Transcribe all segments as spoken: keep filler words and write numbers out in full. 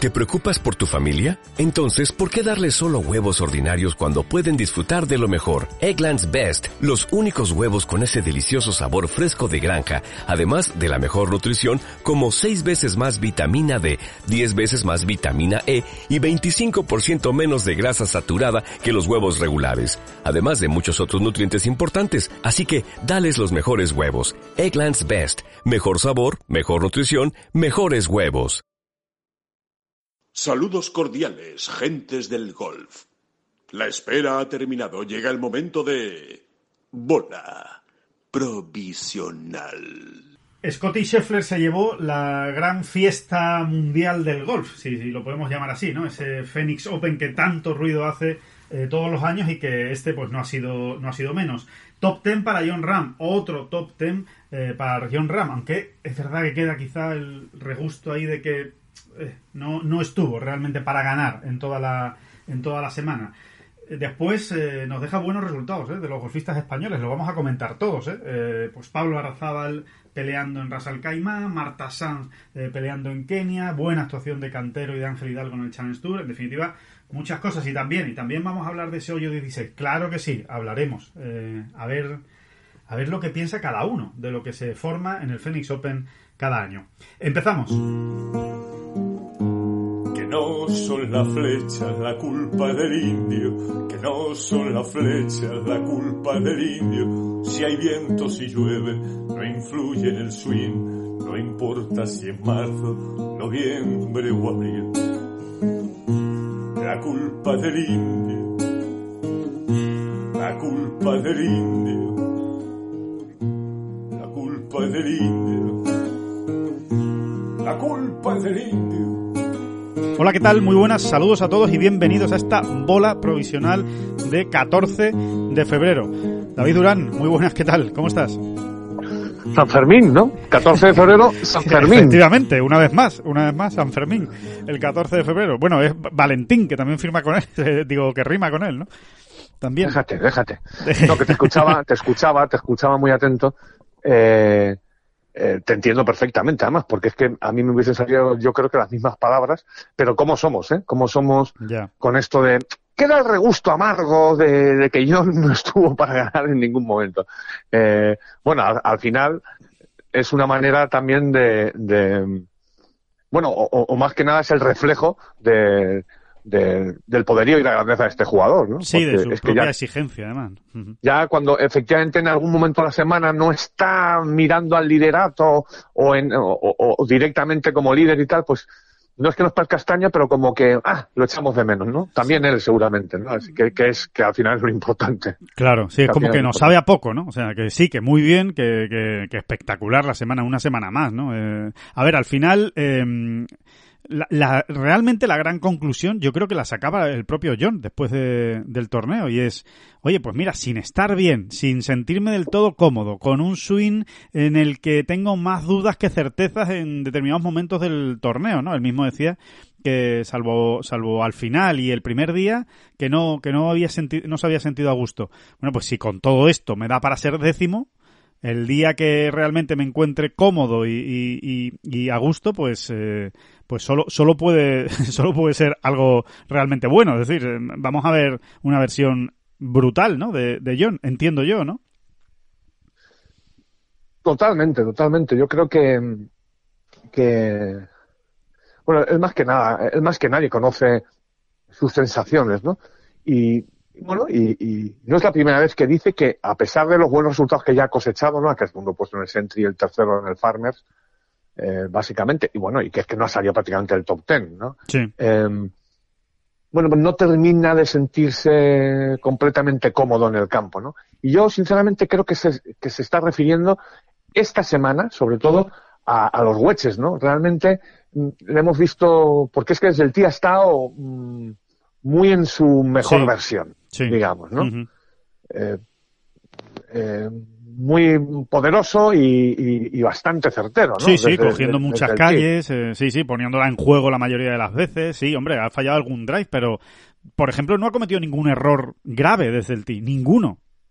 ¿Te preocupas por tu familia? Entonces, ¿por qué darles solo huevos ordinarios cuando pueden disfrutar de lo mejor? Eggland's Best, los únicos huevos con ese delicioso sabor fresco de granja, además de la mejor nutrición, como seis veces más vitamina D, diez veces más vitamina E y veinticinco por ciento menos de grasa saturada que los huevos regulares, además de muchos otros nutrientes importantes. Así que, dales los mejores huevos. Eggland's Best, mejor sabor, mejor nutrición, mejores huevos. Saludos cordiales, gentes del golf. La espera ha terminado. Llega el momento de... bola provisional. Scottie Scheffler se llevó la gran fiesta mundial del golf, si, si lo podemos llamar así, ¿no? Ese Phoenix Open que tanto ruido hace eh, todos los años y que este pues no ha sido no ha sido menos. Top diez para Jon Rahm, otro top diez eh, para Jon Rahm, aunque es verdad que queda quizá el regusto ahí de que eh, no, no estuvo realmente para ganar en toda la, en toda la semana. Después eh, nos deja buenos resultados eh, de los golfistas españoles, lo vamos a comentar todos. Eh. Eh, pues Pablo Arrazábal peleando en Ras Al Khaimah, Marta Sanz eh, peleando en Kenia, buena actuación de Cantero y de Ángel Hidalgo en el Challenge Tour, en definitiva, muchas cosas. Y también, y también vamos a hablar de ese hoyo dieciséis, claro que sí, hablaremos. Eh, a ver, a ver lo que piensa cada uno de lo que se forma en el Phoenix Open cada año. Empezamos. No son las flechas la culpa del indio, que no son las flechas la culpa del indio. Si hay viento, si llueve, no influye en el swing, no importa si es marzo, noviembre o abril. La culpa del indio, la culpa del indio, la culpa del indio, la culpa del indio. Hola, ¿qué tal? Muy buenas, saludos a todos y bienvenidos a esta bola provisional de catorce de febrero. David Durán, muy buenas, ¿qué tal? ¿Cómo estás? San Fermín, ¿no? catorce de febrero, San Fermín. Efectivamente, una vez más, una vez más, San Fermín, el catorce de febrero. Bueno, es Valentín, que también firma con él, digo, que rima con él, ¿no? También. Déjate, déjate. No, que te escuchaba, te escuchaba, te escuchaba muy atento. Eh... Eh, te entiendo perfectamente, además, porque es que a mí me hubiesen salido, yo creo que las mismas palabras, pero cómo somos, ¿eh? Cómo somos yeah. con esto de... Queda el regusto amargo de, de que Jon no estuvo para ganar en ningún momento. Eh, bueno, al, al final es una manera también de... de bueno, o, o más que nada es el reflejo de... De, del poderío y la grandeza de este jugador, ¿no? Sí, porque de su es que propia ya, exigencia, además. Uh-huh. Ya cuando efectivamente en algún momento de la semana no está mirando al liderato o, en, o, o, o directamente como líder y tal, pues no es que nos parezca castaña, pero como que ah lo echamos de menos, ¿no? También él seguramente, ¿no? Así que, que es que al final es lo importante. Claro, sí, es que como que nos es sabe a poco, ¿no? O sea, que sí, que muy bien, que, que, que espectacular la semana, una semana más, ¿no? Eh, a ver, al final... Eh, La, la, realmente la gran conclusión yo creo que la sacaba el propio Jon después de, del torneo y es, oye, pues mira, sin estar bien, sin sentirme del todo cómodo, con un swing en el que tengo más dudas que certezas en determinados momentos del torneo, ¿no? Él mismo decía que salvo salvo al final y el primer día que no que no había sentido no se había sentido a gusto. Bueno, pues si con todo esto me da para ser décimo, el día que realmente me encuentre cómodo y, y, y, y a gusto, pues eh, pues solo solo puede solo puede ser algo realmente bueno. Es decir, vamos a ver una versión brutal, ¿no? De, de Jon, entiendo yo, ¿no? Totalmente, totalmente. Yo creo que que bueno, él más que nada, él más que nadie conoce sus sensaciones, ¿no? Y bueno, y, y no es la primera vez que dice que a pesar de los buenos resultados que ya ha cosechado, ¿no? Que es el segundo puesto en el Sentry y el tercero en el Farmers, eh, básicamente, y bueno, y que es que no ha salido prácticamente del top ten, ¿no? Sí. Eh, bueno, pues no termina de sentirse completamente cómodo en el campo, ¿no? Y yo, sinceramente, creo que se, que se está refiriendo esta semana, sobre todo, a, a los wedges, ¿no? Realmente mm, le hemos visto, porque es que desde el tee ha estado mm, muy en su mejor sí. versión, sí. digamos, ¿no? Uh-huh. Eh, eh, muy poderoso y, y, y bastante certero, ¿no? Sí, sí, desde, cogiendo desde, muchas desde calles, eh, sí, sí, poniéndola en juego la mayoría de las veces, sí, hombre, ha fallado algún drive, pero, por ejemplo, no ha cometido ningún error grave desde el tee, ninguno.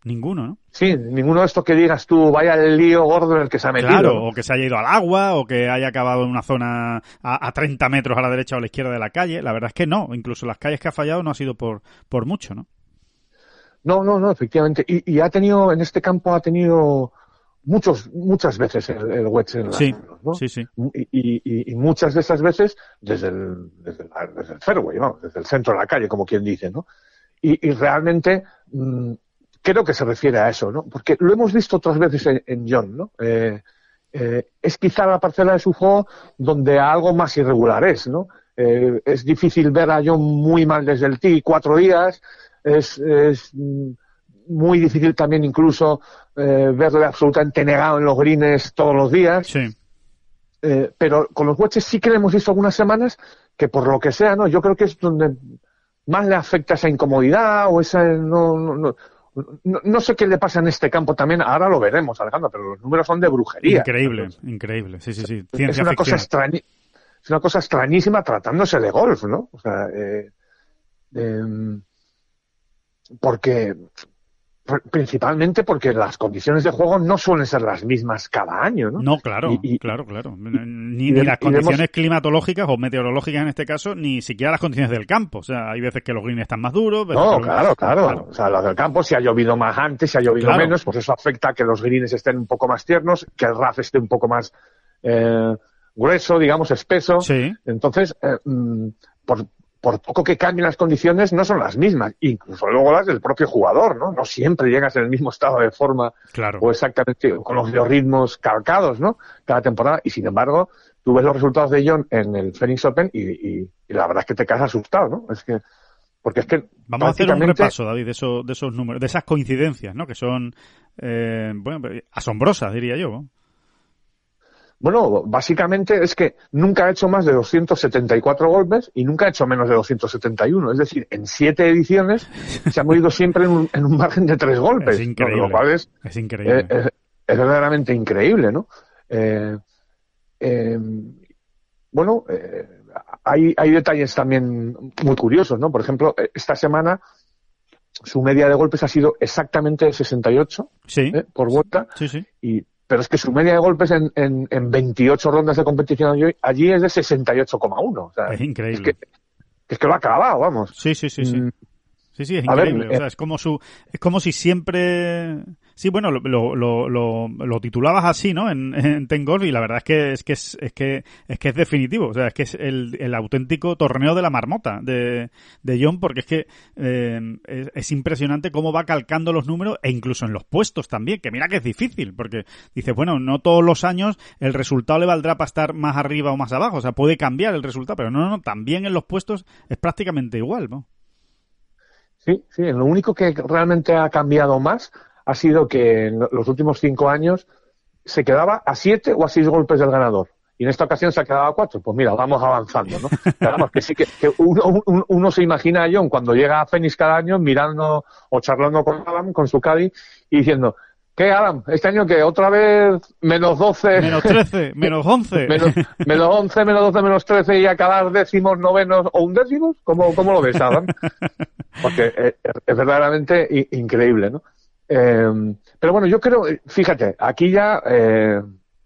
Ninguno, ¿no? Sí, ninguno de estos que digas tú, vaya el lío gordo en el que se ha metido. Claro, o que se haya ido al agua, o que haya acabado en una zona a, a treinta metros a la derecha o a la izquierda de la calle. La verdad es que no, incluso las calles que ha fallado no ha sido por, por mucho, ¿no? No, no, no, efectivamente. Y, y ha tenido, en este campo ha tenido muchos, muchas veces el, el wedge en las sí, manos, ¿no? Sí, sí. Y, y, y muchas de esas veces desde el, desde, la, desde el fairway, vamos, desde el centro de la calle, como quien dice, ¿no? Y, y realmente mmm, creo que se refiere a eso, ¿no? Porque lo hemos visto otras veces en, en John, ¿no? Eh, eh, es quizá la parcela de su juego donde algo más irregular es, ¿no? Eh, es difícil ver a John muy mal desde el tee cuatro días, es, es muy difícil también incluso eh, verle absolutamente negado en los greens todos los días. Sí. Eh, pero con los wedges sí que le hemos visto algunas semanas que por lo que sea, ¿no? Yo creo que es donde más le afecta esa incomodidad o esa... No, no, no, no, no sé qué le pasa en este campo también, ahora lo veremos, Alejandro, pero los números son de brujería. Increíble, Entonces, increíble, sí, sí, sí. Es una cosa extraña, es una cosa extrañísima tratándose de golf, ¿no? O sea, eh, eh, porque principalmente porque las condiciones de juego no suelen ser las mismas cada año, ¿no? No, claro, y, y, claro, claro. Ni, y, ni las condiciones vemos... climatológicas o meteorológicas en este caso, ni siquiera las condiciones del campo. O sea, hay veces que los greens están más duros. No, que... claro, claro, claro. O sea, los del campo, si ha llovido más antes, si ha llovido claro. menos, pues eso afecta a que los greens estén un poco más tiernos, que el rough esté un poco más eh, grueso, digamos, espeso. Sí. Entonces, eh, por, por poco que cambien las condiciones, no son las mismas. Incluso luego las del propio jugador, ¿no? No siempre llegas en el mismo estado de forma claro. o exactamente con los biorritmos calcados, ¿no? Cada temporada. Y sin embargo, tú ves los resultados de John en el Phoenix Open y, y, y la verdad es que te quedas asustado, ¿no? Es que, porque es que vamos a hacer un repaso, David, de esos, de esos números, de esas coincidencias, ¿no? Que son, eh, bueno, asombrosas, diría yo, ¿no? Bueno, básicamente es que nunca ha hecho más de doscientos setenta y cuatro golpes y nunca ha hecho menos de doscientos setenta y uno. Es decir, en siete ediciones se ha movido siempre en un, en un margen de tres golpes. Es increíble. ¿No? Lo cual es, es increíble. Eh, es, es verdaderamente increíble, ¿no? Eh, eh, bueno, eh, hay, hay detalles también muy curiosos, ¿no? Por ejemplo, esta semana su media de golpes ha sido exactamente sesenta y ocho sí. ¿eh? Por vuelta. Sí, sí. Y pero es que su media de golpes en, en, en veintiocho rondas de competición allí es de sesenta y ocho coma uno. O sea, es increíble. Es que, es que lo ha clavado, vamos. Sí, sí, sí, sí. Mm. Sí, sí, es A increíble. Ver, o sea, es como su, es como si siempre, sí, bueno, lo, lo, lo, lo titulabas así, ¿no? En, en Ten Golf y la verdad es que es que es, es que es que es definitivo. O sea, es que es el, el auténtico torneo de la marmota de, de John, porque es que eh, es, es impresionante cómo va calcando los números e incluso en los puestos también. Que mira que es difícil, porque dices, bueno, no todos los años el resultado le valdrá para estar más arriba o más abajo. O sea, puede cambiar el resultado, pero no, no, no, también en los puestos es prácticamente igual, ¿no? Sí, sí, lo único que realmente ha cambiado más ha sido que en los últimos cinco años se quedaba a siete o a seis golpes del ganador. Y en esta ocasión se ha quedado a cuatro. Pues mira, vamos avanzando, ¿no? Digamos que sí que, que uno, uno, uno se imagina a John cuando llega a Phoenix cada año mirando o charlando con Adam, con su caddy, y diciendo, ¿qué, Adam? Este año que otra vez menos doce... Menos trece, menos once. menos, menos once, menos doce, menos trece y acabar décimos, novenos o undécimos. ¿Cómo, cómo lo ves, Adam? Porque es, es verdaderamente increíble, ¿no? Eh, pero bueno, yo creo, fíjate, aquí ya eh,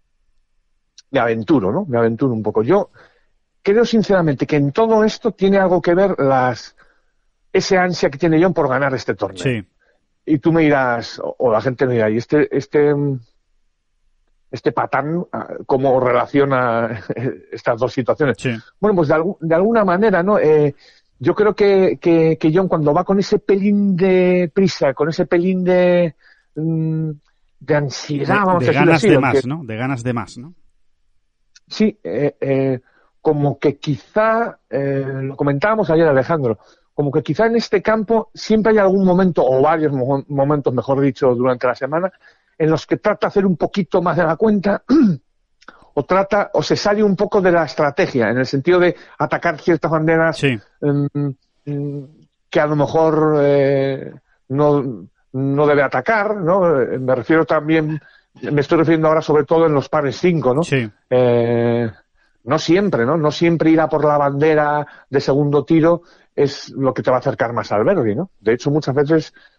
me aventuro, ¿no? Me aventuro un poco. Yo creo sinceramente que en todo esto tiene algo que ver las ese ansia que tiene John por ganar este torneo. Sí. Y tú me dirás, o la gente me dirá, ¿y este, este, este patán cómo relaciona estas dos situaciones? Sí. Bueno, pues de, algún, de alguna manera, ¿no? Eh, yo creo que, que, que John cuando va con ese pelín de prisa, con ese pelín de, de ansiedad, de, vamos de a decirlo ganas así, de más, aunque, ¿no? De ganas de más, ¿no? Sí, eh, eh, como que quizá, eh, lo comentábamos ayer, Alejandro, como que quizá en este campo siempre hay algún momento, o varios mo- momentos, mejor dicho, durante la semana, en los que trata de hacer un poquito más de la cuenta, o trata, o se sale un poco de la estrategia, en el sentido de atacar ciertas banderas sí. um, que a lo mejor eh, no, no debe atacar, ¿no? Me refiero también, me estoy refiriendo ahora sobre todo en los pares cinco, ¿no? Sí. Eh, no siempre, ¿no? No siempre ir a por la bandera de segundo tiro es lo que te va a acercar más al birdie, ¿no? De hecho, muchas veces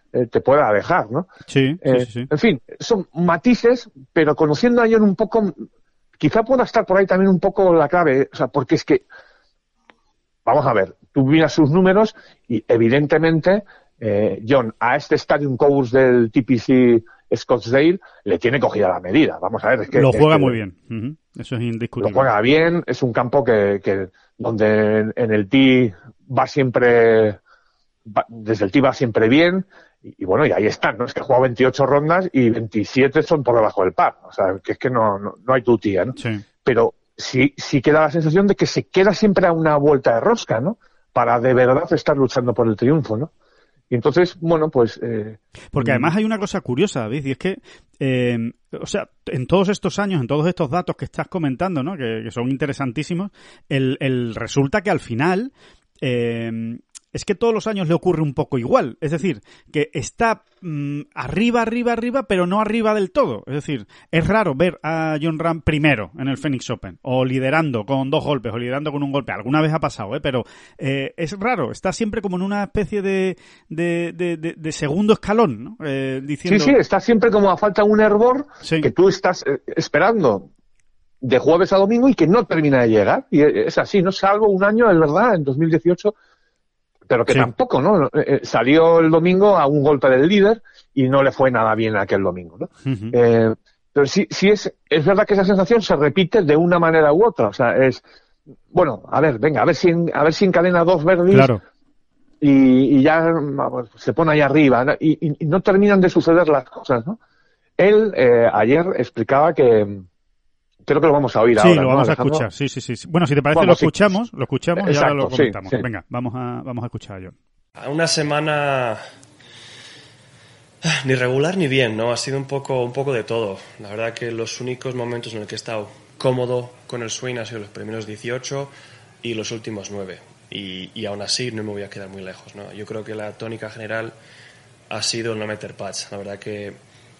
eh, te pueda dejar, ¿no? Sí, sí, eh, sí, sí. En fin, son matices, pero conociendo a Jon un poco, quizá pueda estar por ahí también un poco la clave, o sea, porque es que, vamos a ver, tú miras sus números y evidentemente eh, Jon a este Stadium Course del T P C Scottsdale le tiene cogida la medida. Vamos a ver, es que lo juega es que, muy bien. Uh-huh. Eso es indiscutible. Lo juega bien, es un campo que, que donde en, en el tee va siempre, va, desde el tee va siempre bien, y, y bueno, y ahí están, ¿no? Es que juega veintiocho rondas y veintisiete son por debajo del par, o sea, que es que no, no, no hay tutía, ¿no? Sí. Pero sí, sí queda la sensación de que se queda siempre a una vuelta de rosca, ¿no? Para de verdad estar luchando por el triunfo, ¿no? Y entonces, bueno, pues... Eh, Porque además hay una cosa curiosa, David, y es que, eh, o sea, en todos estos años, en todos estos datos que estás comentando, ¿no? Que, que son interesantísimos, el, el resulta que al final... Eh, es que todos los años le ocurre un poco igual. Es decir, que está mmm, arriba, arriba, arriba, pero no arriba del todo. Es decir, es raro ver a Jon Rahm primero en el Phoenix Open, o liderando con dos golpes, o liderando con un golpe. Alguna vez ha pasado, ¿eh? Pero eh, es raro. Está siempre como en una especie de, de, de, de, de segundo escalón, ¿no? Eh, diciendo... Sí, sí, está siempre como a falta un hervor sí. que tú estás eh, esperando de jueves a domingo y que no termina de llegar. Y es así, ¿no? Salvo un año, es verdad, en dos mil dieciocho... pero que sí. tampoco, ¿no? Eh, salió el domingo a un golpe del líder y no le fue nada bien aquel domingo, ¿no? Uh-huh. Eh, pero sí, sí es, es verdad que esa sensación se repite de una manera u otra, o sea, es, bueno, a ver, venga, a ver si, a ver si encadena dos verdes claro. y, y ya pues, se pone ahí arriba, ¿no? Y, y, y no terminan de suceder las cosas, ¿no? Él eh, ayer explicaba que creo que lo vamos a oír sí, ahora. Sí, lo vamos ¿no, a escuchar. Sí, sí, sí. Bueno, si te parece, vamos, lo escuchamos, sí. lo escuchamos Exacto, y ahora lo comentamos. Sí, sí. Venga, vamos a, vamos a escuchar a Jon. Una semana ni regular ni bien, ¿no? Ha sido un poco, un poco de todo. La verdad que los únicos momentos en los que he estado cómodo con el swing han sido los primeros dieciocho y los últimos nueve. Y, y aún así no me voy a quedar muy lejos, ¿no? Yo creo que la tónica general ha sido no meter putts. La verdad que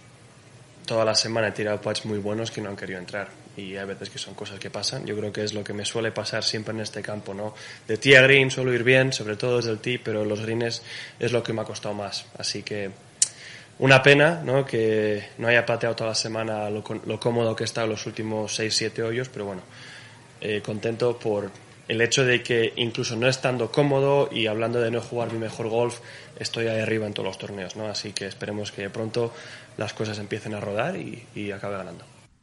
toda la semana he tirado putts muy buenos que no han querido entrar. Y hay veces que son cosas que pasan. Yo creo que es lo que me suele pasar siempre en este campo, ¿no? De tee a green suelo ir bien, sobre todo desde el tee, pero los greens es lo que me ha costado más. Así que una pena, ¿no? Que no haya pateado toda la semana lo, lo cómodo que he estado en los últimos seis siete hoyos, pero bueno, eh, contento por el hecho de que incluso no estando cómodo y hablando de no jugar mi mejor golf, estoy ahí arriba en todos los torneos, ¿no? Así que esperemos que pronto las cosas empiecen a rodar y, y acabe ganando.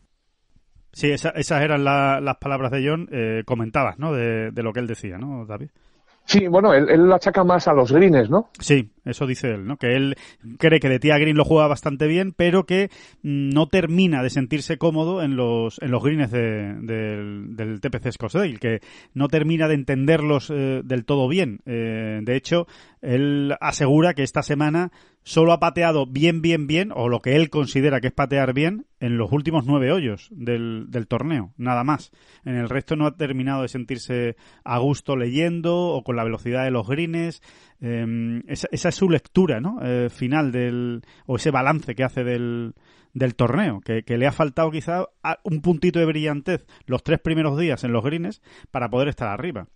Sí, esa, esas eran la, las palabras de Jon. Eh, comentabas, ¿no? De, de lo que él decía, ¿no, David? Sí, bueno, él, él lo achaca más a los greens, ¿no? Sí, eso dice él, ¿no? Que él cree que de tee a green lo juega bastante bien, pero que no termina de sentirse cómodo en los en los greens de, de, del T P C Scottsdale, que no termina de entenderlos eh, del todo bien. Eh, de hecho, él asegura que esta semana solo ha pateado bien, bien, bien, o lo que él considera que es patear bien, en los últimos nueve hoyos del, del torneo, nada más. En el resto no ha terminado de sentirse a gusto leyendo o con la velocidad de los greens. Eh, esa, esa es su lectura, ¿no? Eh, final del, o ese balance que hace del, del torneo, que, que le ha faltado quizá un puntito de brillantez los tres primeros días en los greens para poder estar arriba.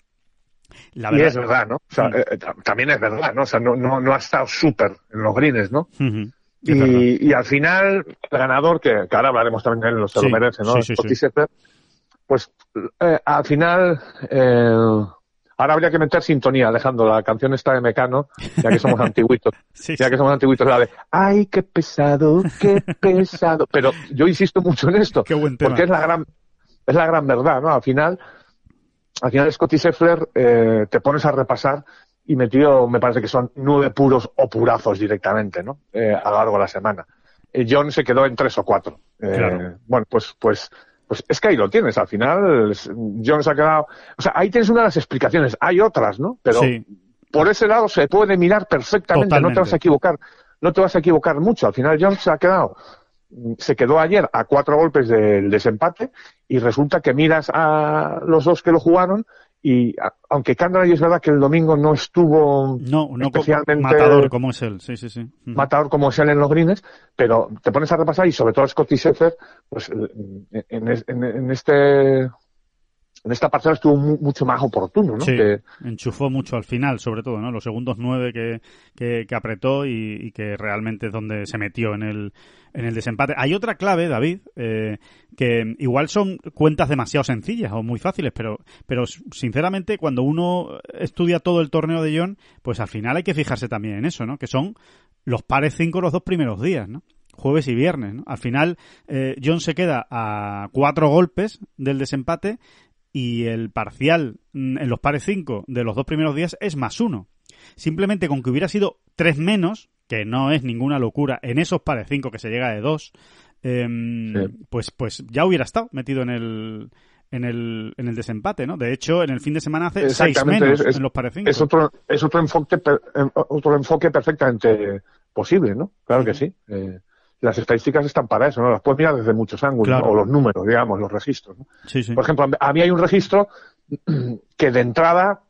La verdad, y es verdad, ¿no? O sea, eh, también es verdad, ¿no? O sea, no, no, no ha estado súper en los greens, ¿no? Uh-huh. Y, y al final, el ganador, que, que ahora hablaremos también de él, los se sí, lo merece, ¿no? Sí, sí, sí. Pues eh, al final, eh, ahora habría que meter sintonía, Alejandro, la canción está de Mecano, ya que somos antiguitos. sí, ya sí. que somos antiguitos, la de ¡ay, qué pesado, qué pesado! Pero yo insisto mucho en esto, qué buen tema. Porque es la gran, es la gran verdad, ¿no? Al final, al final Scottie Scheffler, eh, te pones a repasar y metió, me parece que son nueve puros o purazos directamente, ¿no? Eh, a lo largo de la semana. Eh, Jon se quedó en tres o cuatro. Eh, claro. Bueno, pues, pues, pues es que ahí lo tienes. Al final, Jon se ha quedado. O sea, ahí tienes una de las explicaciones. Hay otras, ¿no? Pero sí. Por ese lado se puede mirar perfectamente. Totalmente. No te vas a equivocar. No te vas a equivocar mucho. Al final, Jon se ha quedado. Se quedó ayer a cuatro golpes del desempate y resulta que miras a los dos que lo jugaron y aunque Cantlay es verdad que el domingo no estuvo no, no especialmente matador como es él, sí, sí, sí. Uh-huh. matador como es él en los greens, pero te pones a repasar y sobre todo Scottie Scheffler, pues en, en, en este en esta parcela estuvo mu- mucho más oportuno, ¿no? Sí, Que, enchufó mucho al final, sobre todo, ¿no? Los segundos nueve que, que, que apretó y, y que realmente es donde se metió en el, en el desempate. Hay otra clave, David, eh, que igual son cuentas demasiado sencillas o muy fáciles, pero, pero sinceramente cuando uno estudia todo el torneo de John, pues al final hay que fijarse también en eso, ¿no? Que son los pares cinco los dos primeros días, ¿no? Jueves y viernes, ¿no? Al final, eh, John se queda a cuatro golpes del desempate y el parcial en los pares cinco de los dos primeros días es más uno. Simplemente con que hubiera sido tres menos, que no es ninguna locura, en esos pares cinco que se llega de dos, eh, sí. pues, pues ya hubiera estado metido en el en el en el desempate, ¿no? De hecho, en el fin de semana hace seis menos es, en los pares cinco. Es otro, es otro enfoque, otro enfoque perfectamente posible, ¿no? Claro que sí. Eh, las estadísticas están para eso, ¿no? Las puedes mirar desde muchos ángulos, claro. ¿no? O los números, digamos, los registros, ¿no? Sí, sí. Por ejemplo, a mí hay un registro que de entrada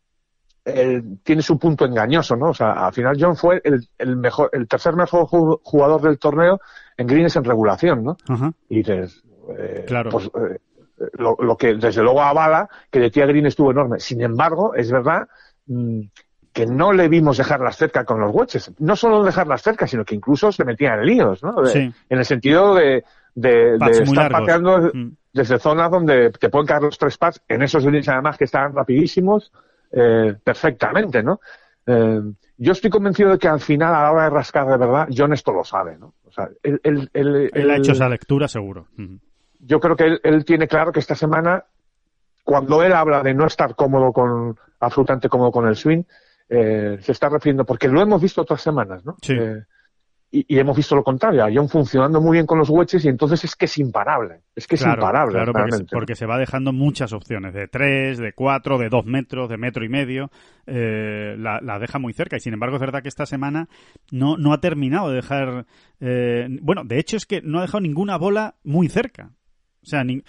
eh, tiene su punto engañoso, ¿no? O sea, al final John fue el, el mejor, el tercer mejor jugador del torneo en greens en regulación, ¿no? Ajá. Y dices, eh, claro. pues, eh, lo, lo que desde luego avala que de tía green estuvo enorme. Sin embargo, es verdad mmm, que no le vimos dejarlas cerca con los wedges. No solo dejarlas cerca, sino que incluso se metía en líos, ¿no? De, sí. En el sentido de, de, de estar largos. pateando mm. desde zonas donde te pueden caer los tres pads, en esos greens además que están rapidísimos, eh, perfectamente, ¿no? Eh, yo estoy convencido de que al final, a la hora de rascar de verdad, John esto lo sabe, ¿no? O sea, él, él, él, él, él ha hecho esa lectura, seguro. Mm. Yo creo que él, él tiene claro que esta semana, cuando él habla de no estar cómodo con, absolutamente cómodo con el swing, Eh, se está refiriendo, porque lo hemos visto otras semanas, ¿no? Sí. Eh, y, y hemos visto lo contrario, a John funcionando muy bien con los wedges y entonces es que es imparable, es que claro, es imparable. Claro, porque, realmente, porque se va dejando muchas opciones, de tres, de cuatro, de dos metros, de metro y medio, eh, la, la deja muy cerca y sin embargo es verdad que esta semana no, no ha terminado de dejar, eh, bueno, de hecho es que no ha dejado ninguna bola muy cerca. O sea, ni,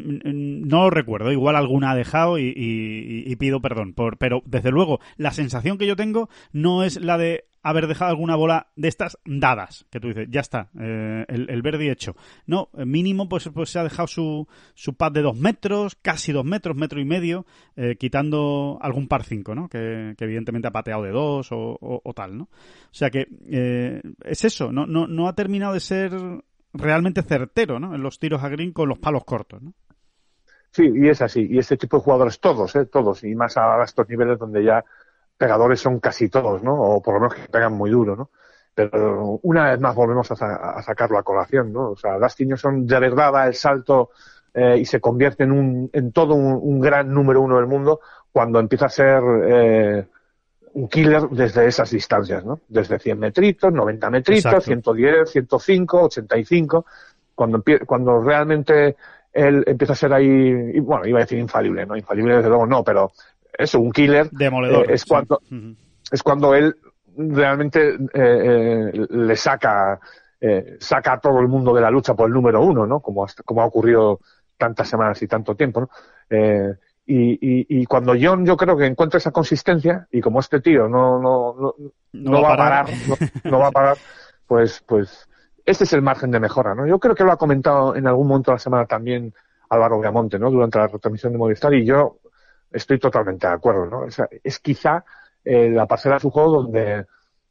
no lo recuerdo, igual alguna ha dejado y, y, y pido perdón, por, pero desde luego la sensación que yo tengo no es la de haber dejado alguna bola de estas dadas, que tú dices, ya está, eh, el, el birdie hecho. No, mínimo pues, pues se ha dejado su, su pad de dos metros, casi dos metros, metro y medio, eh, quitando algún par cinco, ¿no? Que, que evidentemente ha pateado de dos o, o, o tal, ¿no? O sea que eh, es eso, no, no, no ha terminado de ser realmente certero, ¿no? En los tiros a green con los palos cortos, ¿no? Sí, y es así. Y este tipo de jugadores, todos, ¿eh? Todos. Y más a estos niveles donde ya pegadores son casi todos, ¿no? O por lo menos que pegan muy duro, ¿no? Pero una vez más volvemos a, sa- a sacarlo a colación, ¿no? O sea, Dustin Johnson de verdad da el salto eh, y se convierte en un en todo un, un gran número uno del mundo cuando empieza a ser eh, un killer desde esas distancias, ¿no? Desde cien metritos, noventa metritos, Exacto. ciento diez, ciento cinco, ochenta y cinco, cuando empie- cuando realmente él empieza a ser ahí, y, bueno, iba a decir infalible, ¿no? Infalible desde luego no, pero eso, un killer, demoledor, eh, es sí. cuando Uh-huh. es cuando él realmente eh, eh, le saca eh, saca a todo el mundo de la lucha por el número uno, ¿no? Como, hasta- como ha ocurrido tantas semanas y tanto tiempo, ¿no? Eh, Y, y, y cuando John, yo creo que encuentra esa consistencia, y como este tío no no no, no, no va a parar, parar no, no va a parar, pues pues este es el margen de mejora, ¿no? Yo creo que lo ha comentado en algún momento de la semana también Álvaro Viamonte, ¿no? Durante la retransmisión de Movistar, y yo estoy totalmente de acuerdo, ¿no? O sea, es quizá eh, la parcela de su juego donde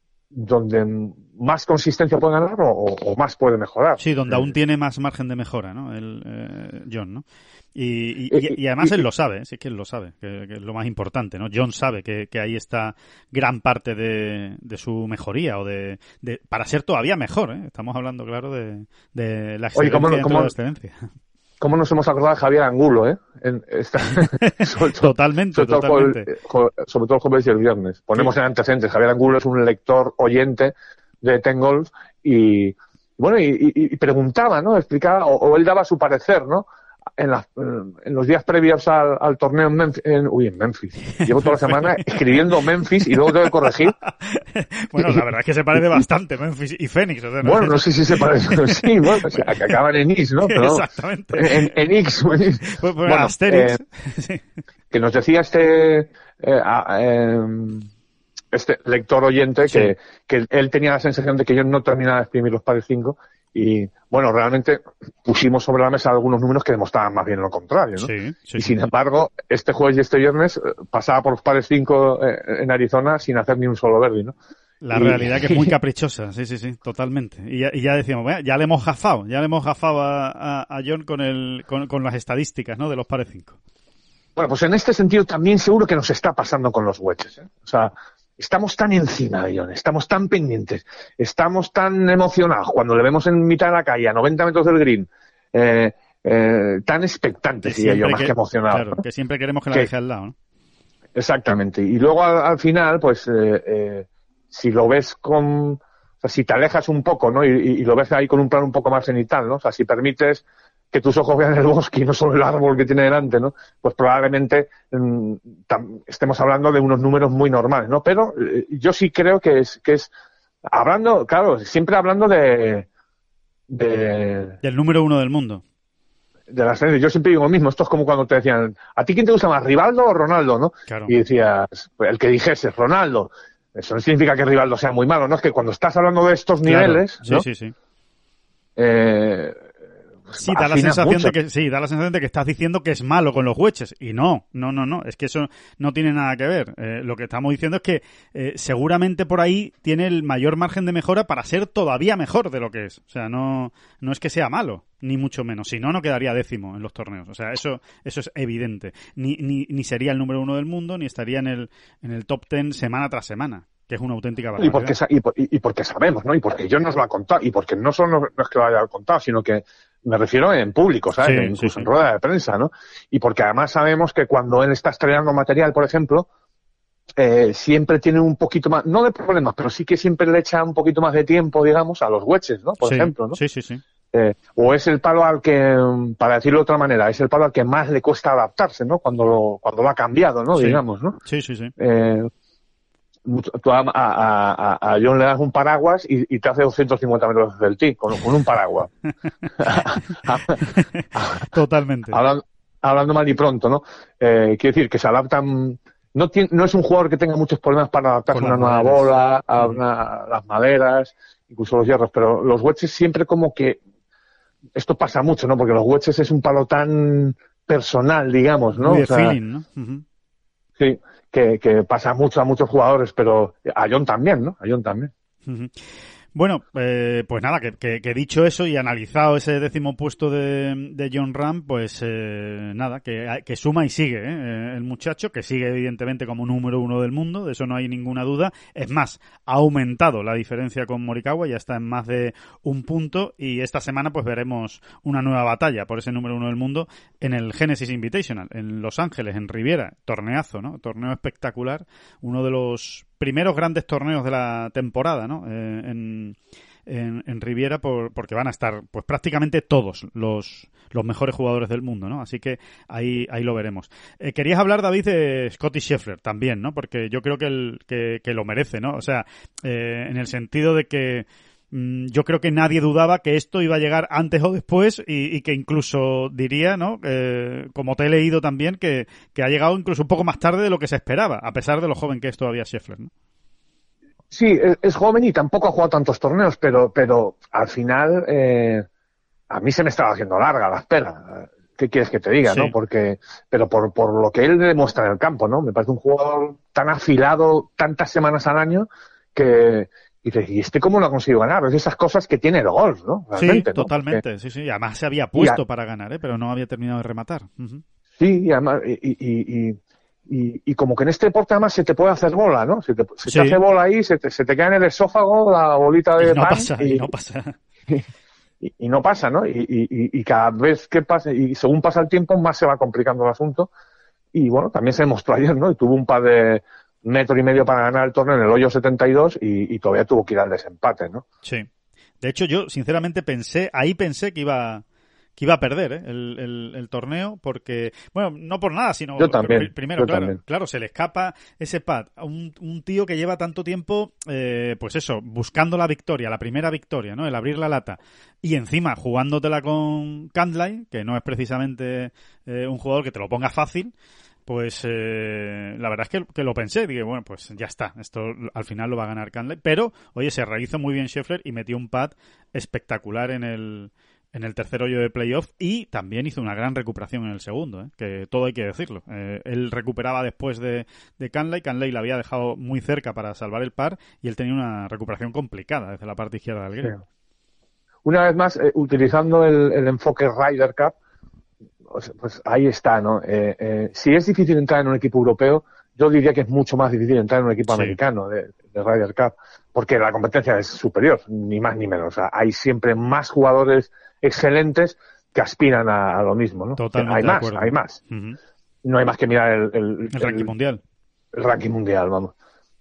donde más consistencia puede ganar o, o más puede mejorar. Sí, donde eh, aún tiene más margen de mejora, ¿no? El eh, John, ¿no? Y, y, y, y además él lo sabe, sí que él lo sabe, que, que es lo más importante, ¿no? John sabe que, que ahí está gran parte de, de su mejoría o de, de para ser todavía mejor, ¿eh? Estamos hablando, claro, de, de la excelencia Oye, ¿cómo, dentro cómo, de la excelencia. ¿Cómo nos hemos acordado de Javier Angulo, eh? En esta, sobre todo, totalmente, sobre todo totalmente. El, sobre todo el jueves y el viernes. Ponemos sí. en antecedentes. Javier Angulo es un lector oyente de Ten Golf y, bueno, y, y, y preguntaba, ¿no? Explicaba, o, o él daba su parecer, ¿no? En, la, en los días previos al, al torneo en Memphis, en, uy, en Memphis. Llevo toda la semana escribiendo Memphis y luego tengo que corregir. Bueno, la verdad es que se parece bastante Memphis y Phoenix. O sea, no bueno, es... no sé si se parece. Sí, bueno, o sea, que acaban en X, ¿no? Pero exactamente. En, en X. Pues, pues, bueno, Asterix. Eh, sí. Que nos decía este... Eh, eh, este lector oyente sí. que, que él tenía la sensación de que yo no terminaba de exprimir los pares cinco Y, bueno, realmente pusimos sobre la mesa algunos números que demostraban más bien lo contrario, ¿no? Sí, sí, y sí. sin embargo, este jueves y este viernes pasaba por los pares cinco en Arizona sin hacer ni un solo birdie, ¿no? La y... realidad que es muy caprichosa, sí, sí, sí, totalmente. Y ya, y ya decíamos, bueno, ya le hemos gafado, ya le hemos gafado a, a, a John con, el, con, con las estadísticas, ¿no?, de los pares cinco. Bueno, pues en este sentido también seguro que nos está pasando con los wedges, ¿eh? O sea, estamos tan encima de John, estamos tan pendientes, estamos tan emocionados cuando le vemos en mitad de la calle, a noventa metros del green, eh, eh, tan expectantes, diría yo, más que, que emocionados. Claro, ¿no? Que siempre queremos que la que, deje al lado, ¿no? Exactamente. Y luego al, al final, pues, eh, eh, si lo ves con... O sea, si te alejas un poco, ¿no? Y, y lo ves ahí con un plan un poco más cenital, ¿no? O sea, si permites que tus ojos vean el bosque y no solo el árbol que tiene delante, ¿no? Pues probablemente mmm, tam, estemos hablando de unos números muy normales, ¿no? Pero eh, yo sí creo que es, que es, hablando, claro, siempre hablando de... de del número uno del mundo. De las yo siempre digo lo mismo, esto es como cuando te decían, ¿a ti quién te gusta más, Rivaldo o Ronaldo, no? Claro. Y decías, el que dijese, Ronaldo. Eso no significa que Rivaldo sea muy malo, ¿no? Es que cuando estás hablando de estos claro. niveles, ¿no? Sí, sí, sí. Eh, Sí, da la sensación de que sí, da la sensación de que estás diciendo que es malo con los wedges y no, no, no, no, es que eso no tiene nada que ver. Eh, lo que estamos diciendo es que eh, seguramente por ahí tiene el mayor margen de mejora para ser todavía mejor de lo que es. O sea, no, no es que sea malo, ni mucho menos. Si no, no quedaría décimo en los torneos. O sea, eso, eso es evidente. Ni, ni, ni sería el número uno del mundo, ni estaría en el, en el top ten semana tras semana, que es una auténtica barbaridad. Y porque, y, por, y, y porque sabemos, ¿no? Y porque yo nos lo ha contado, y porque no solo no es que lo haya contado, sino que me refiero en público, ¿sabes? Sí, Incluso sí, sí. en rueda de prensa, ¿no? Y porque además sabemos que cuando él está estrenando material, por ejemplo, eh, siempre tiene un poquito más, no de problemas, pero sí que siempre le echa un poquito más de tiempo, digamos, a los wedges, ¿no? Por sí, ejemplo, ¿no? Sí, sí, sí. Eh, o es el palo al que, para decirlo de otra manera, es el palo al que más le cuesta adaptarse, ¿no? Cuando lo, cuando lo ha cambiado, ¿no? Sí. Digamos, ¿no? Sí, sí, sí. Eh, tú a, a, a, a John le das un paraguas y, y te hace doscientos cincuenta metros del tee con, con un paraguas. Totalmente. Hablando, hablando mal y pronto, ¿no? Eh, quiere decir que se adaptan. No, tiene, no es un jugador que tenga muchos problemas para adaptarse a una nueva maderas. bola, a, una, a las maderas, incluso los hierros, pero los wedges siempre como que. Esto pasa mucho, ¿no? Porque los wedges es un palo tan personal, digamos, ¿no? Muy de o sea, feeling, ¿no? Uh-huh. Sí. Que, que pasa mucho a muchos jugadores, pero a John también, ¿no? A John también. Uh-huh. Bueno, eh, pues nada, que, que, que dicho eso y analizado ese décimo puesto de, de John Ram, pues eh, nada, que, que suma y sigue, ¿eh? El muchacho, que sigue evidentemente como número uno del mundo, de eso no hay ninguna duda. Es más, ha aumentado la diferencia con Morikawa, ya está en más de un punto y esta semana pues veremos una nueva batalla por ese número uno del mundo en el Genesis Invitational, en Los Ángeles, en Riviera. Torneazo, ¿no? Torneo espectacular, uno de los primeros grandes torneos de la temporada, ¿no? Eh, en, en, en Riviera, por, porque van a estar pues prácticamente todos los, los mejores jugadores del mundo, ¿no? Así que ahí, ahí lo veremos. Eh, querías hablar, David, de Scottie Scheffler también, ¿no? Porque yo creo que, el, que, que lo merece, ¿no? O sea, eh, en el sentido de que yo creo que nadie dudaba que esto iba a llegar antes o después y, y que incluso diría, ¿no? Eh, como te he leído también, que, que ha llegado incluso un poco más tarde de lo que se esperaba, a pesar de lo joven que es todavía Scheffler, ¿no? Sí, es, es joven y tampoco ha jugado tantos torneos, pero, pero al final eh, a mí se me estaba haciendo larga la espera. ¿Qué quieres que te diga, sí. no? Porque, pero por, por lo que él demuestra en el campo, ¿no? Me parece un jugador tan afilado tantas semanas al año que Y dices, ¿y este cómo lo ha conseguido ganar? Es esas cosas que tiene el golf, ¿no? Realmente, sí, totalmente. ¿no? Sí, sí. Además se había puesto a... para ganar, ¿eh? Pero no había terminado de rematar. Uh-huh. Sí, y además, y, y, y, y, y como que en este deporte además se te puede hacer bola, ¿no? Se te, se sí. te hace bola ahí, se te, se te cae en el esófago la bolita de y no pan. Pasa, y, y no pasa. Y, y, y no pasa, ¿no? Y, y, y cada vez que pasa, y según pasa el tiempo, más se va complicando el asunto. Y bueno, también se demostró ayer, ¿no? Y tuvo un par de metro y medio para ganar el torneo en el hoyo setenta y dos y, y todavía tuvo que ir al desempate, ¿no? Sí. De hecho, yo sinceramente pensé, ahí pensé que iba que iba a perder ¿eh? el, el, el torneo porque, bueno, no por nada, sino yo también, pr- primero, yo claro, también. claro, se le escapa ese pad a un, un tío que lleva tanto tiempo, eh, pues eso, buscando la victoria, la primera victoria, ¿no? El abrir la lata y encima jugándotela con Cantlay, que no es precisamente eh, un jugador que te lo ponga fácil. pues eh, la verdad es que, que lo pensé, dije, bueno, pues ya está, esto al final lo va a ganar Cantlay, pero, oye, se rehizo muy bien Scheffler y metió un pad espectacular en el en el tercer hoyo de playoff y también hizo una gran recuperación en el segundo, ¿eh? Que todo hay que decirlo. Eh, él recuperaba después de, de Cantlay, Cantlay le había dejado muy cerca para salvar el par y él tenía una recuperación complicada desde la parte izquierda del green. Sí. Una vez más, eh, utilizando el, el enfoque Ryder Cup, pues, pues ahí está, ¿no? Eh, eh, si es difícil entrar en un equipo europeo, yo diría que es mucho más difícil entrar en un equipo sí. americano de, de Ryder Cup, porque la competencia es superior, ni más ni menos. O sea, hay siempre más jugadores excelentes que aspiran a, a lo mismo, ¿no? Totalmente hay de más, acuerdo. hay más. Uh-huh. No hay más que mirar el, el, el, el ranking mundial. El ranking mundial, vamos.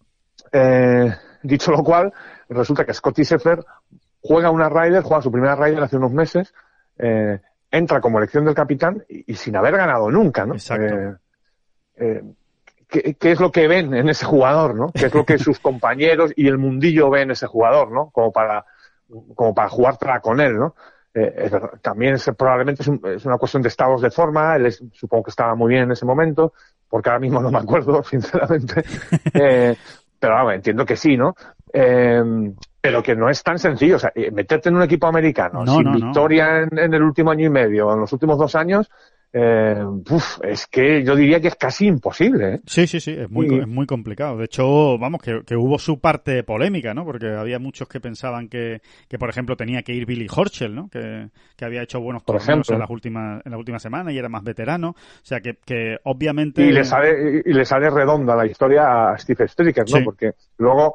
Eh, dicho lo cual, resulta que Scottie Scheffler juega una Ryder, juega su primera Ryder hace unos meses, eh, entra como elección del capitán y, y sin haber ganado nunca, ¿no? Exacto. Eh, eh, ¿qué, ¿Qué es lo que ven en ese jugador, no? ¿Qué es lo que sus compañeros y el mundillo ven en ese jugador, no? Como para, como para jugártela con él, ¿no? Eh, es verdad, también es, probablemente es, un, es una cuestión de estados de forma. Él es, supongo que estaba muy bien en ese momento, porque ahora mismo no me acuerdo, sinceramente. eh, pero vamos, entiendo que sí, ¿no? Eh, pero que no es tan sencillo. O sea, meterte en un equipo americano no, sin no, victoria no. En, en el último año y medio, en los últimos dos años, eh, uf, es que yo diría que es casi imposible, ¿eh? Sí, sí, sí, es muy, y... es muy complicado. De hecho, vamos, que, que hubo su parte polémica, ¿no? Porque había muchos que pensaban que, que por ejemplo, tenía que ir Billy Horschel, ¿no? Que, que había hecho buenos torneos en las últimas, en la última semana y era más veterano. O sea, que, que obviamente... Y le sale, y le sale redonda la historia a Steve Stricker, ¿no? Sí. Porque luego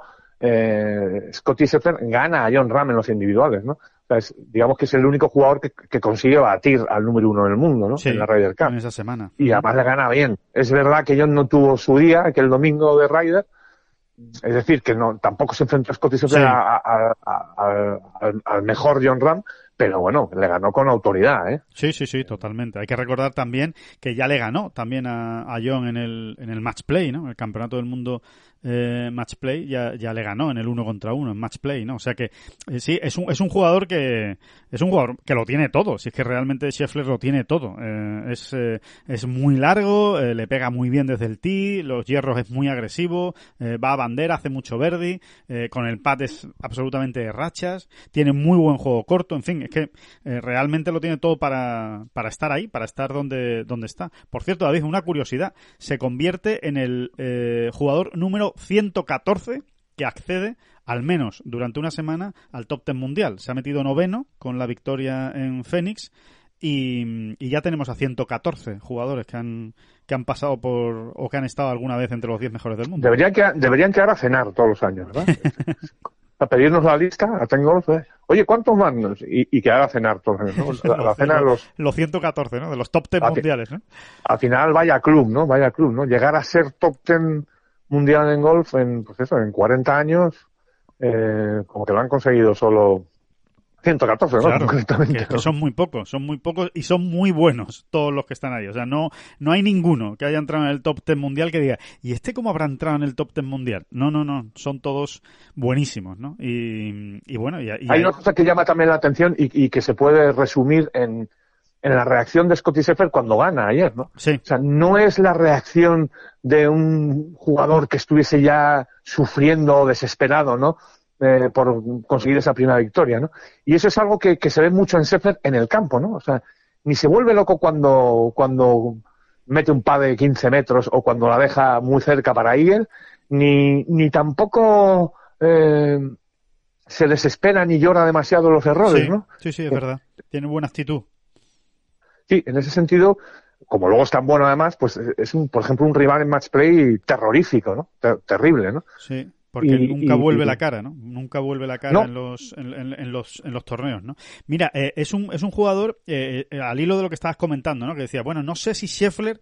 eh, Scottie Scheffler gana a Jon Rahm en los individuales, ¿no? O sea, es, digamos que es el único jugador que, que consigue batir al número uno del mundo, ¿no? Sí, en la Ryder Cup. En esa semana. Y además le gana bien. Es verdad que Jon no tuvo su día, que el domingo de Ryder, es decir, que no tampoco se enfrentó a Scottie Scheffler sí. a, a, a, a, al, al mejor Jon Rahm, pero bueno, le ganó con autoridad, ¿eh? Sí, sí, sí, totalmente. Hay que recordar también que ya le ganó también a, a Jon en el, en el match play, ¿no? El campeonato del mundo eh, match play ya, ya le ganó en el uno contra uno, en match play, ¿no? O sea que eh, sí, es un, es un jugador que es un jugador que lo tiene todo. Si es que realmente Scheffler lo tiene todo. Eh, es, eh, es muy largo, eh, le pega muy bien desde el tee, los hierros es muy agresivo, eh, va a bandera, hace mucho birdie, eh, con el pad es absolutamente de rachas, tiene muy buen juego corto, en fin, es que eh, realmente lo tiene todo para, para estar ahí, para estar donde, donde está. Por cierto, David, una curiosidad, se convierte en el eh, jugador número ciento catorce que accede, al menos durante una semana, al top ten mundial. Se ha metido noveno con la victoria en Phoenix y, y ya tenemos a ciento catorce jugadores que han que han pasado por o que han estado alguna vez entre los diez mejores del mundo. Deberían que, deberían quedar a cenar todos los años, ¿verdad? A pedirnos la lista, a Tengolf, ¿eh? Oye, ¿cuántos más? Y, y quedar a cenar todos los años, ¿no? La, la cena de los... Los ciento catorce, ¿no? De los top ten mundiales, ¿no? Al final, vaya club, ¿no? Vaya club, ¿no? Llegar a ser top ten mundial en golf en, pues eso, en cuarenta años, eh, como que lo han conseguido solo ciento catorce, ¿no? Claro, concretamente, que, ¿no? que son muy pocos, son muy pocos y son muy buenos todos los que están ahí. O sea, no no hay ninguno que haya entrado en el top ten mundial que diga, ¿y este cómo habrá entrado en el top ten mundial? No, no, no, son todos buenísimos, ¿no? Y, y bueno... Y, y hay, hay una cosa que llama también la atención y, y que se puede resumir en, en la reacción de Scottie Scheffler cuando gana ayer, ¿no? Sí. O sea, no es la reacción de un jugador que estuviese ya sufriendo o desesperado, ¿no? Eh, por conseguir esa primera victoria, ¿no? Y eso es algo que, que se ve mucho en Scheffler en el campo, ¿no? O sea, ni se vuelve loco cuando, cuando mete un pad de quince metros o cuando la deja muy cerca para Eagle, ni, ni tampoco eh, se desespera ni llora demasiado los errores, sí, ¿no? Sí, sí, es verdad. Tiene buena actitud. Sí, en ese sentido, como luego es tan bueno además, pues es, un, por ejemplo, un rival en match play terrorífico, ¿no? Ter- terrible, ¿no? Sí. Porque y, nunca y, vuelve y, la cara, ¿no? Nunca vuelve la cara no. en los en, en, en los en los torneos, ¿no? Mira, eh, es un es un jugador eh, eh, al hilo de lo que estabas comentando, ¿no? Que decía, bueno, no sé si Scheffler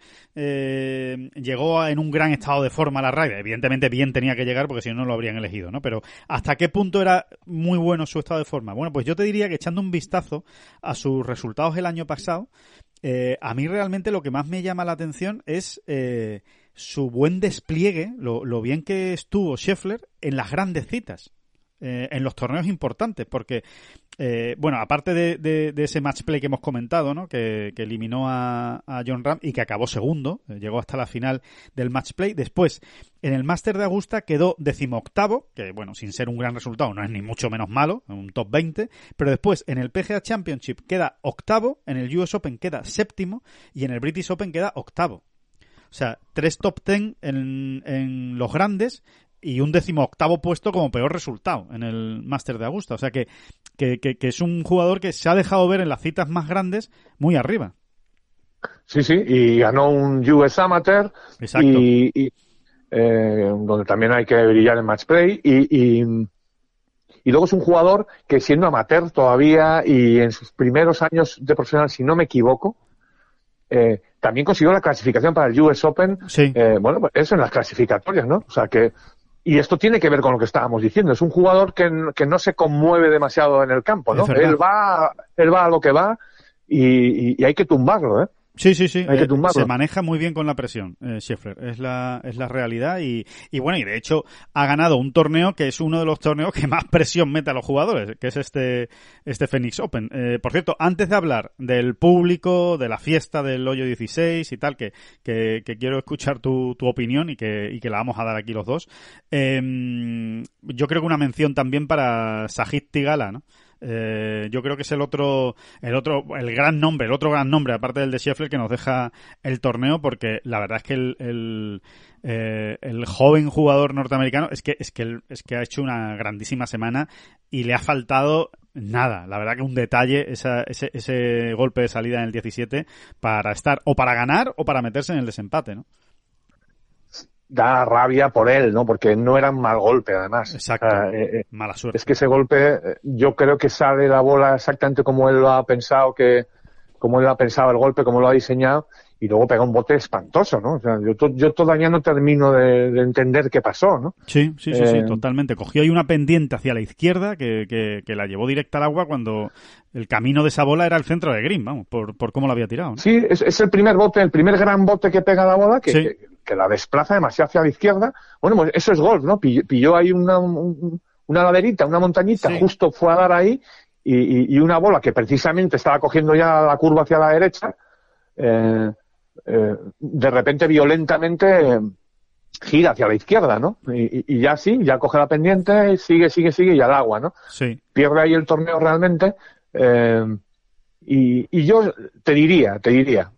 eh, llegó a, en un gran estado de forma a la Ryder. Evidentemente bien tenía que llegar porque si no no lo habrían elegido, ¿no? Pero ¿hasta qué punto era muy bueno su estado de forma? Bueno, pues yo te diría que echando un vistazo a sus resultados el año pasado, eh, a mí realmente lo que más me llama la atención es eh, su buen despliegue, lo, lo bien que estuvo Scheffler en las grandes citas. eh, en los torneos importantes, porque, eh, bueno, aparte de, de, de ese match play que hemos comentado, ¿no? Que, que eliminó a, a Jon Rahm y que acabó segundo, eh, llegó hasta la final del match play. Después, en el Master de Augusta quedó decimoctavo, que, bueno, sin ser un gran resultado, no es ni mucho menos malo, un top veinte, pero después en el P G A Championship queda octavo, en el U S Open queda séptimo y en el British Open queda octavo. O sea, tres top ten en, en los grandes y un decimoctavo puesto como peor resultado en el Master de Augusta. O sea que, que, que, que es un jugador que se ha dejado ver en las citas más grandes muy arriba. Sí, sí, y ganó un U S Amateur. Exacto. Y, y eh, donde también hay que brillar en match play. Y, y, y luego es un jugador que, siendo amateur todavía y en sus primeros años de profesional, si no me equivoco, eh, también consiguió la clasificación para el U S Open. Sí. Eh, bueno, pues eso en las clasificatorias, ¿no? O sea que, y esto tiene que ver con lo que estábamos diciendo. Es un jugador que, que no se conmueve demasiado en el campo, ¿no? Él va, él va a lo que va y, y, y hay que tumbarlo, ¿eh? Sí, sí, sí. Hay que eh, tumbarlo. se maneja muy bien con la presión, eh, Scheffler. Es la, es la realidad y, y bueno, y de hecho ha ganado un torneo que es uno de los torneos que más presión mete a los jugadores, que es este, este Phoenix Open. Eh, por cierto, antes de hablar del público, de la fiesta del hoyo dieciséis y tal, que, que, que quiero escuchar tu, tu opinión y que, y que la vamos a dar aquí los dos, eh, yo creo que una mención también para Sahith Theegala, ¿no? Eh, yo creo que es el otro, el otro, el gran nombre, el otro gran nombre, aparte del de Scheffler, que nos deja el torneo, porque la verdad es que el, el, eh, el joven jugador norteamericano es que, es que, el, es que ha hecho una grandísima semana y le ha faltado nada. La verdad que un detalle, esa, ese, ese golpe de salida en el diecisiete para estar, o para ganar, o para meterse en el desempate, ¿no? Da rabia por él, ¿no? Porque no era un mal golpe, además. Exacto. O sea, eh, Mala suerte. Es que ese golpe, yo creo que sale la bola exactamente como él lo ha pensado, que como él ha pensado el golpe, como lo ha diseñado, y luego pega un bote espantoso, ¿no? O sea, yo, to, yo todavía no termino de, de entender qué pasó, ¿no? Sí, sí, sí, eh... sí, totalmente. Cogió ahí una pendiente hacia la izquierda que, que, que la llevó directa al agua cuando el camino de esa bola era el centro de green, vamos, por, por cómo la había tirado, ¿no? Sí, es, es el primer bote, el primer gran bote que pega la bola, que, sí. que, que la desplaza demasiado hacia la izquierda. Bueno, pues eso es golf, ¿no? Pilló, pilló ahí una, un, una laderita, una montañita, sí. Justo fue a dar ahí, y, y, y una bola que precisamente estaba cogiendo ya la curva hacia la derecha, eh, eh, de repente violentamente eh, gira hacia la izquierda, ¿no? Y, y ya sí, ya coge la pendiente, sigue, sigue, sigue y al agua, ¿no? Sí. Pierde ahí el torneo realmente. Eh, y, y yo te diría, te diría,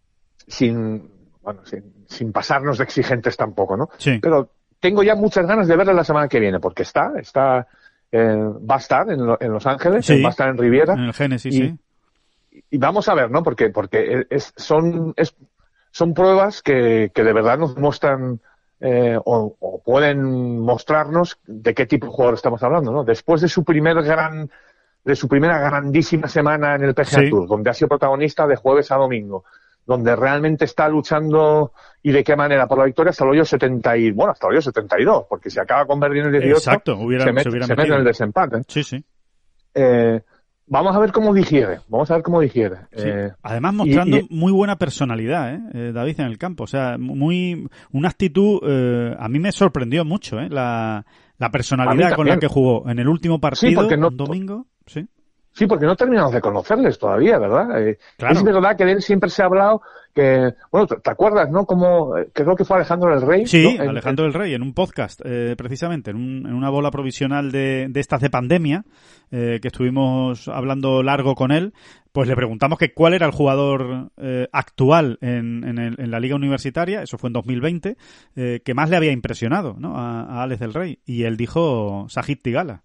sin, bueno, sin, sin pasarnos de exigentes tampoco, ¿no? Sí. Pero tengo ya muchas ganas de verle la semana que viene, porque está, está, eh, va a estar en, lo, en Los Ángeles, sí. va a estar en Riviera. En el Genesis, y, sí. Y vamos a ver, ¿no? Porque, porque es, son, es, son pruebas que, que de verdad nos muestran, eh, o, o pueden mostrarnos de qué tipo de jugador estamos hablando, ¿no? Después de su primer gran, de su primera grandísima semana en el P G A sí. Tour, donde ha sido protagonista de jueves a domingo, donde realmente está luchando y de qué manera por la victoria hasta el hoyo setenta y, bueno, hasta el hoyo setenta y dos, porque si acaba con Berlín en el dieciocho, exacto, hubiera, se, met, se, hubiera se mete en el desempate. Sí, sí. Eh, vamos a ver cómo digiere, vamos a ver cómo digiere. Sí. Eh, Además mostrando y, y, muy buena personalidad, ¿eh? Eh, David, en el campo, o sea, muy una actitud, eh, a mí me sorprendió mucho, ¿eh? La, la personalidad con la que jugó en el último partido, sí, no, un domingo, sí. Sí, porque no terminamos de conocerles todavía, ¿verdad? Eh, claro. Es verdad que de él siempre se ha hablado que, bueno, ¿te acuerdas, no? Como, creo que fue Alejandro del Rey. Sí, ¿no? Alejandro en, del Rey, en un podcast, eh, precisamente, en, un, en una bola provisional de, de estas de pandemia, eh, que estuvimos hablando largo con él, pues le preguntamos que cuál era el jugador eh, actual en, en, el, en la liga universitaria, eso fue en dos mil veinte, eh, que más le había impresionado, ¿no? A, a Alex del Rey. Y él dijo Sahith Theegala.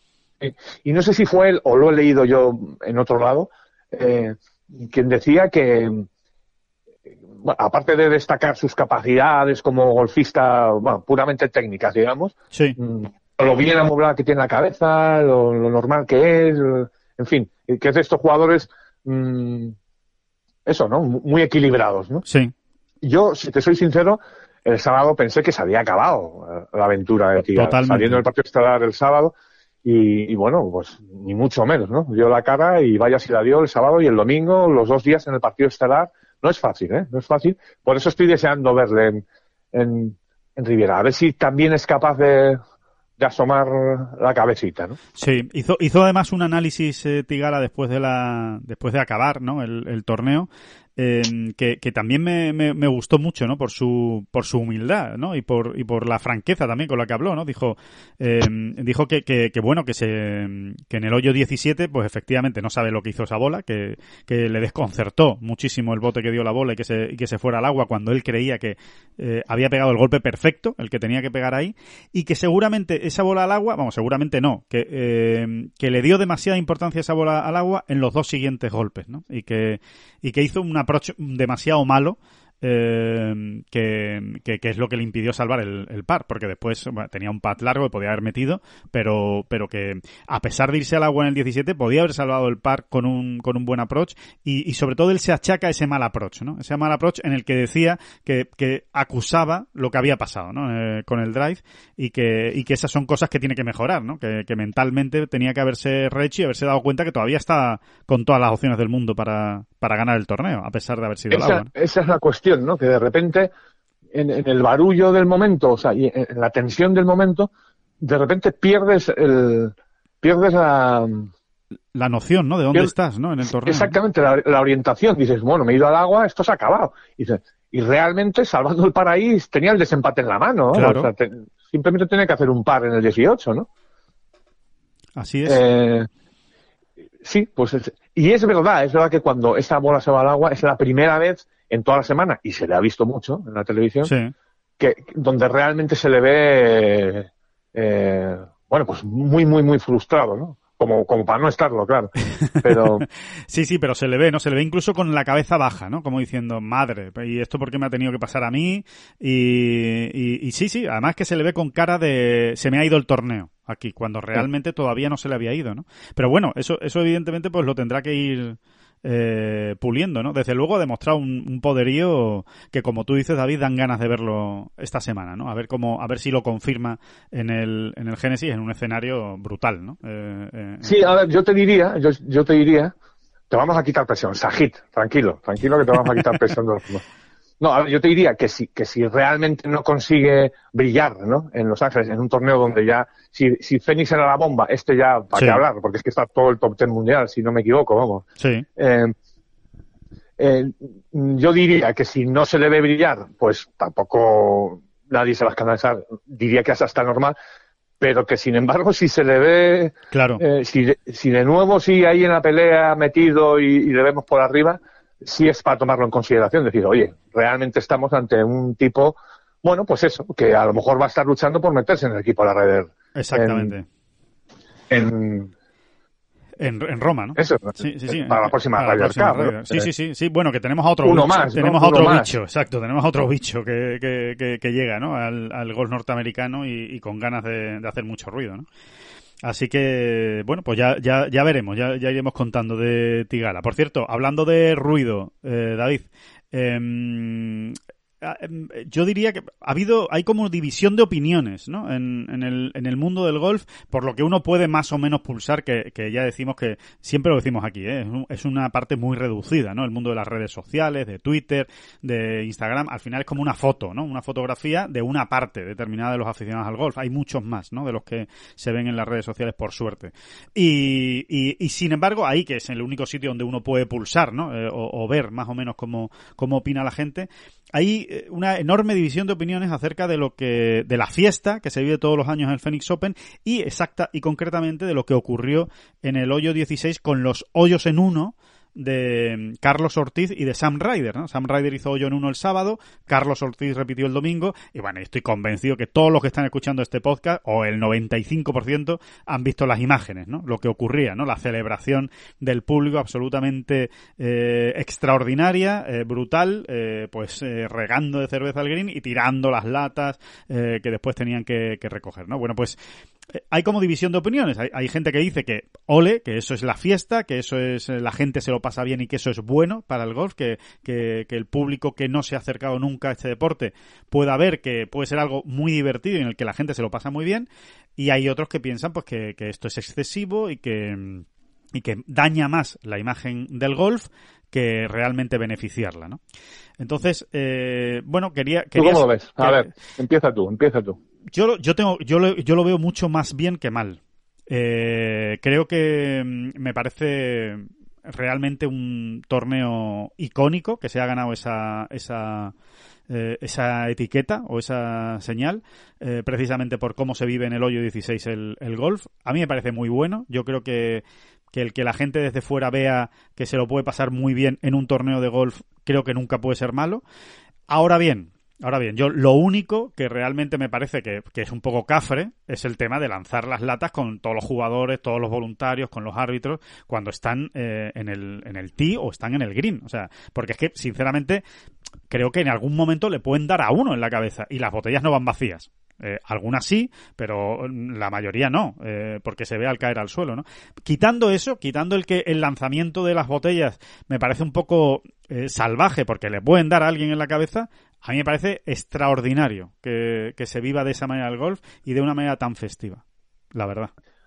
Y no sé si fue él o lo he leído yo en otro lado, eh, quien decía que, bueno, aparte de destacar sus capacidades como golfista, bueno, puramente técnicas, digamos, sí. lo bien amoblada que tiene la cabeza, lo, lo normal que es, en fin, que es de estos jugadores, mmm, eso, ¿no? Muy equilibrados, ¿no? Sí. Yo, si te soy sincero, el sábado pensé que se había acabado la aventura de Theegala, saliendo del partido estelar el sábado. Y, y bueno, pues ni mucho menos, ¿no? Dio la cara y vaya si la dio el sábado y el domingo, los dos días en el partido estelar. No es fácil, ¿eh? No es fácil. Por eso estoy deseando verle en, en, en Riviera. A ver si también es capaz de, de asomar la cabecita, ¿no? Sí, hizo, hizo además un análisis eh, Tigala después de la, después de acabar, ¿no? El, el torneo. Eh, que, que también me, me, me gustó mucho, ¿no? Por su, por su humildad, ¿no? Y por, y por la franqueza también con la que habló, ¿no? Dijo, eh, dijo que, que, que bueno, que se, que en el hoyo diecisiete, pues efectivamente no sabe lo que hizo esa bola, que, que le desconcertó muchísimo el bote que dio la bola y que se, y que se fuera al agua cuando él creía que eh, había pegado el golpe perfecto, el que tenía que pegar ahí, y que seguramente esa bola al agua, vamos, seguramente no, que, eh, que le dio demasiada importancia esa bola al agua en los dos siguientes golpes, ¿no? Y que, y que hizo una approach demasiado malo eh, que, que, que es lo que le impidió salvar el, el par, porque después bueno, tenía un pad largo que podía haber metido, pero pero que a pesar de irse al agua en el diecisiete podía haber salvado el par con un con un buen approach y, y sobre todo él se achaca ese mal approach, ¿no? Ese mal approach en el que decía que, que acusaba lo que había pasado, ¿no? Eh, con el drive y que y que esas son cosas que tiene que mejorar, ¿no? Que, que mentalmente tenía que haberse rehecho y haberse dado cuenta que todavía está con todas las opciones del mundo para para ganar el torneo, a pesar de haber sido esa, el agua, ¿no? Esa es la cuestión, ¿no? Que de repente, en, en el barullo del momento, o sea, y en, en la tensión del momento, de repente pierdes el pierdes la la noción, ¿no? De dónde pierdes, estás, ¿no? En el torneo. Exactamente, ¿no? la, la orientación. Dices, bueno, me he ido al agua, esto se ha acabado. Y, dices, y realmente, salvando el paraíso, tenía el desempate en la mano, ¿no? Claro. O sea, te, simplemente tenía que hacer un par en el dieciocho, ¿no? Así es. Eh, sí, pues es, y es verdad, es verdad que cuando esa bola se va al agua es la primera vez en toda la semana, y se le ha visto mucho en la televisión, sí. que donde realmente se le ve, eh, bueno, pues muy, muy, muy frustrado, ¿no? Como, como para no estarlo, claro. Pero sí, sí, pero se le ve, ¿no? Se le ve incluso con la cabeza baja, ¿no? Como diciendo, madre, ¿y esto por qué me ha tenido que pasar a mí? Y, y, y sí, sí, además que se le ve con cara de se me ha ido el torneo aquí, cuando realmente todavía no se le había ido, ¿no? Pero bueno, eso, eso evidentemente pues lo tendrá que ir eh, puliendo, ¿no? Desde luego ha demostrado un, un poderío que, como tú dices, David, dan ganas de verlo esta semana, ¿no? A ver cómo, a ver si lo confirma en el, en el Génesis en un escenario brutal, ¿no? Eh, eh, sí, a ver, yo te diría, yo, yo te diría, te vamos a quitar presión, Sajid, tranquilo, tranquilo que te vamos a quitar presión de los demás. No, a ver, yo te diría que si, que si realmente no consigue brillar, ¿no? En Los Ángeles, en un torneo donde ya, si, si Phoenix era la bomba, este ya, ¿para sí. qué hablar? Porque es que está todo el top ten mundial, si no me equivoco, vamos. Sí. Eh, eh, yo diría que si no se le ve brillar, pues tampoco nadie se va a escandalizar. Diría que es hasta normal. Pero que, sin embargo, si se le ve, claro. eh, si, de, si de nuevo sigue ahí en la pelea metido y, y le vemos por arriba, sí es para tomarlo en consideración, decir, oye, realmente estamos ante un tipo, bueno, pues eso, que a lo mejor va a estar luchando por meterse en el equipo de la Ryder. Exactamente. En, en, en, en Roma, ¿no? Eso, sí, sí, sí. para la próxima Ryder Cup, ¿no? Sí, sí, sí, sí, bueno, que tenemos a otro Uno bicho, más, tenemos ¿no? a otro Uno bicho, más. exacto, tenemos a otro bicho que, que, que, que llega, ¿no? Al, al golf norteamericano y, y con ganas de, de hacer mucho ruido, ¿no? Así que, bueno, pues ya, ya, ya veremos, ya, ya iremos contando de Tigala. Por cierto, hablando de ruido, eh, David, eh, yo diría que ha habido, hay como división de opiniones, ¿no? En, en el, en el mundo del golf, por lo que uno puede más o menos pulsar, que, que ya decimos que, siempre lo decimos aquí, ¿eh? Es una parte muy reducida, ¿no? El mundo de las redes sociales, de Twitter, de Instagram, al final es como una foto, ¿no? Una fotografía de una parte determinada de los aficionados al golf. Hay muchos más, ¿no? De los que se ven en las redes sociales, por suerte. Y, y, y sin embargo, ahí, que es el único sitio donde uno puede pulsar, ¿no? Eh, o, o ver más o menos cómo, cómo opina la gente, hay una enorme división de opiniones acerca de lo que, de la fiesta que se vive todos los años en el Phoenix Open y exacta y concretamente de lo que ocurrió en el hoyo dieciséis con los hoyos en uno de Carlos Ortiz y de Sam Ryder, ¿no? Sam Ryder hizo hoyo en uno el sábado, Carlos Ortiz repitió el domingo y bueno, estoy convencido que todos los que están escuchando este podcast, o el noventa y cinco por ciento, han visto las imágenes, ¿no? Lo que ocurría, ¿no? La celebración del público absolutamente eh, extraordinaria, eh, brutal, eh, pues eh, regando de cerveza al green y tirando las latas eh, que después tenían que, que recoger, ¿no? Bueno, pues hay como división de opiniones. Hay, hay gente que dice que ole, que eso es la fiesta, que eso es, la gente se lo pasa bien y que eso es bueno para el golf, que, que, que el público que no se ha acercado nunca a este deporte pueda ver que puede ser algo muy divertido y en el que la gente se lo pasa muy bien. Y hay otros que piensan pues que, que esto es excesivo y que y que daña más la imagen del golf que realmente beneficiarla, ¿no? Entonces, eh, bueno, quería... ¿Tú cómo lo ves? A que, ver, empieza tú, empieza tú. Yo, yo, tengo, yo, lo, yo lo veo mucho más bien que mal. Eh, creo que me parece realmente un torneo icónico que se ha ganado esa... esa Eh, esa etiqueta o esa señal, eh, precisamente por cómo se vive en el hoyo dieciséis el, el golf. A mí me parece muy bueno. Yo creo que, que el que la gente desde fuera vea que se lo puede pasar muy bien en un torneo de golf, creo que nunca puede ser malo. Ahora bien, Ahora bien, yo lo único que realmente me parece que, que es un poco cafre es el tema de lanzar las latas con todos los jugadores, todos los voluntarios, con los árbitros, cuando están eh, en el en el tee o están en el green. O sea, porque es que, sinceramente, creo que en algún momento le pueden dar a uno en la cabeza y las botellas no van vacías. Eh, algunas sí, pero la mayoría no, eh, porque se ve al caer al suelo, ¿no? Quitando eso, quitando el que el lanzamiento de las botellas me parece un poco eh, salvaje porque le pueden dar a alguien en la cabeza, a mí me parece extraordinario que, que se viva de esa manera el golf y de una manera tan festiva, la verdad.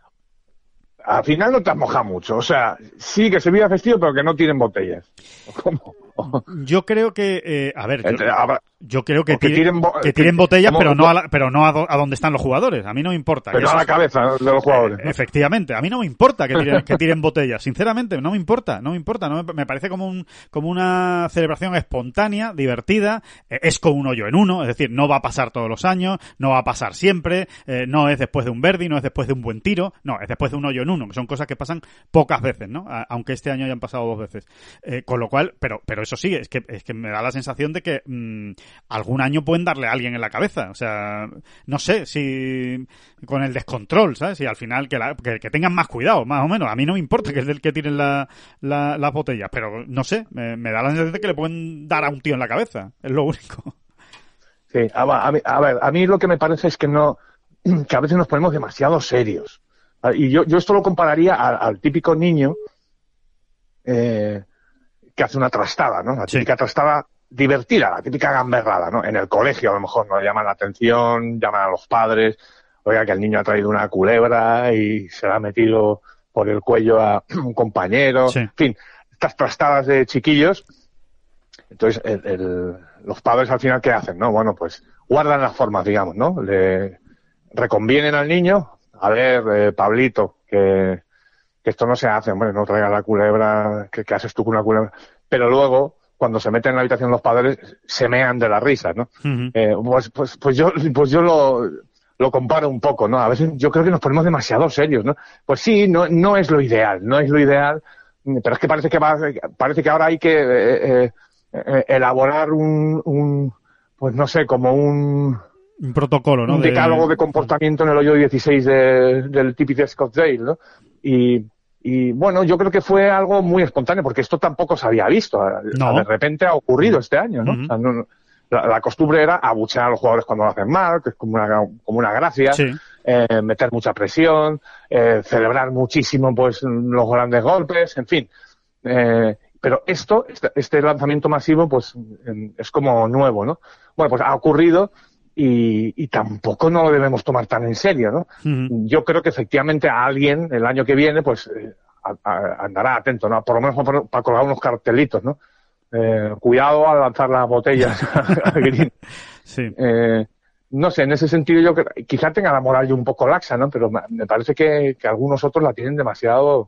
Al final no te has mojado mucho, o sea, sí que se viva festivo, pero que no tienen botellas. ¿Cómo? Yo creo que, eh, a ver, yo, yo creo que, que tiren, tiren, bo- que tiren botellas, como, pero no, a, la, pero no a, do, a donde están los jugadores. A mí no me importa. Pero no a la cabeza de los jugadores. Eh, ¿no? Efectivamente, a mí no me importa que tiren, que tiren botellas. Sinceramente, no me importa, no me importa. No me, me parece como un como una celebración espontánea, divertida. Eh, es con un hoyo en uno, es decir, no va a pasar todos los años, no va a pasar siempre, eh, no es después de un birdie, no es después de un buen tiro, no, es después de un hoyo en uno, que son cosas que pasan pocas veces, ¿no? A, aunque este año hayan pasado dos veces. Eh, con lo cual, pero pero eso sí, es que es que me da la sensación de que mmm, algún año pueden darle a alguien en la cabeza. O sea, no sé si con el descontrol, ¿sabes? Y al final que, la, que, que tengan más cuidado, más o menos. A mí no me importa que es el que tiren la, la, las botellas, pero no sé, me, me da la sensación de que le pueden dar a un tío en la cabeza. Es lo único. Sí, a, a, mí, a ver, a mí lo que me parece es que no, que a veces nos ponemos demasiado serios. Y yo, yo esto lo compararía al, al típico niño eh, que hace una trastada, ¿no? La típica sí. trastada divertida, la típica gamberrada, ¿no? En el colegio a lo mejor no llaman la atención, llaman a los padres, oiga que el niño ha traído una culebra y se la ha metido por el cuello a un compañero, sí. En fin, estas trastadas de chiquillos. Entonces el, el, los padres al final ¿qué hacen? ¿No? Bueno, pues guardan las formas, digamos, ¿no? Le reconvienen al niño, a ver, eh, Pablito, que, que esto no se hace, hombre, no traigas la culebra, ¿qué, qué haces tú con una culebra? Pero luego, cuando se meten en la habitación los padres, se mean de la risa, ¿no? Uh-huh. Eh, pues, pues, pues yo, pues yo lo, lo comparo un poco, ¿no? A veces yo creo que nos ponemos demasiado serios, ¿no? Pues sí, no, no es lo ideal, no es lo ideal, pero es que parece que va, parece que ahora hay que eh, eh, eh, elaborar un, un, pues no sé, como un, un protocolo, ¿no? Un decálogo de, de comportamiento en el hoyo dieciséis de, del T P C Scottsdale, ¿no? Y, y bueno, yo creo que fue algo muy espontáneo, porque esto tampoco se había visto. No. De repente ha ocurrido este año, ¿no? Uh-huh. O sea, no la, la costumbre era abuchear a los jugadores cuando lo hacen mal, que es como una, como una gracia, sí. eh, meter mucha presión, eh, celebrar muchísimo pues los grandes golpes, en fin. Eh, pero esto, este, este lanzamiento masivo, pues es como nuevo, ¿no? Bueno, pues ha ocurrido. Y, y tampoco no lo debemos tomar tan en serio, ¿no? Uh-huh. Yo creo que efectivamente a alguien el año que viene pues eh, a, a, andará atento, ¿no? Por lo menos para, para colgar unos cartelitos, ¿no? Eh, cuidado al lanzar las botellas al green. Sí. Eh, no sé, en ese sentido yo creo, quizá tenga la moral yo un poco laxa, ¿no? Pero me parece que, que algunos otros la tienen demasiado...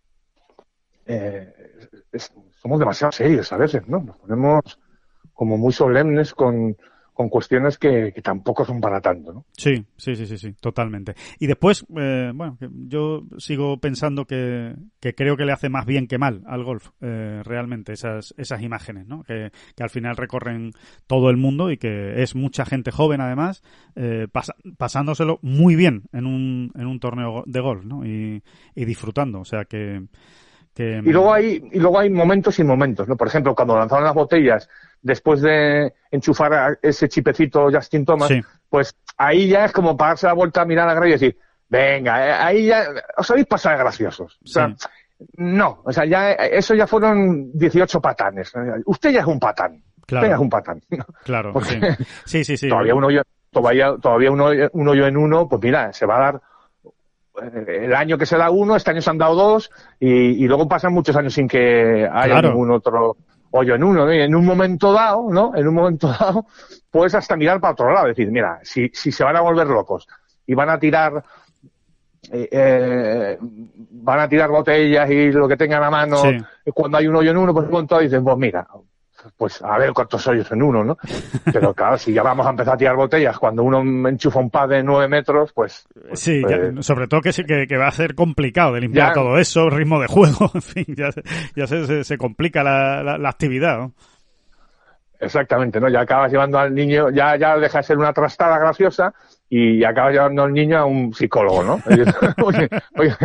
Eh, es, somos demasiado serios a veces, ¿no? Nos ponemos como muy solemnes con... con cuestiones que, que tampoco son para tanto, ¿no? Sí, sí, sí, sí, sí, totalmente. Y después, eh, bueno, yo sigo pensando que, que creo que le hace más bien que mal al golf, eh, realmente, esas esas imágenes, ¿no? Que, que al final recorren todo el mundo y que es mucha gente joven, además, eh, pas, pasándoselo muy bien en un en un torneo de golf, ¿no? Y, y disfrutando, o sea que... que... Y luego hay y luego hay momentos y momentos, ¿no? Por ejemplo, cuando lanzaron las botellas después de enchufar a ese chipecito Justin Thomas, sí. Pues ahí ya es como para darse la vuelta a mirar a la grada y decir, venga, ahí ya os habéis pasado de graciosos. O sea, sí. No, o sea, ya eso ya fueron dieciocho patanes. Usted ya es un patán. Claro. Usted ya es un patán. Claro, porque sí. Sí, sí, sí. Todavía uno, todavía, todavía uno, un hoyo en uno, pues mira, se va a dar el año que se da uno, este año se han dado dos, y, y luego pasan muchos años sin que haya Claro. ningún otro hoyo en uno, ¿no? Y en un momento dado, ¿no? En un momento dado, puedes hasta mirar para otro lado, decir, mira, si, si se van a volver locos y van a tirar, eh, eh, van a tirar botellas y lo que tengan a mano, Sí. cuando hay un hoyo en uno, pues un momento dado dicen, pues mira, pues a ver cuántos hoyos en uno, ¿no? Pero claro, si ya vamos a empezar a tirar botellas cuando uno enchufa un pad de nueve metros, pues... pues Sí, pues, ya, sobre todo que, sí- que, que va a ser complicado de limpiar Ya. todo eso, ritmo de juego, en fin, ya, se- ya se, se, se complica la, la, la actividad, ¿no? Exactamente, ¿no? Ya acabas llevando al niño, ya, ya deja de ser una trastada graciosa y acabas llevando al niño a un psicólogo, ¿no? Oye, oye,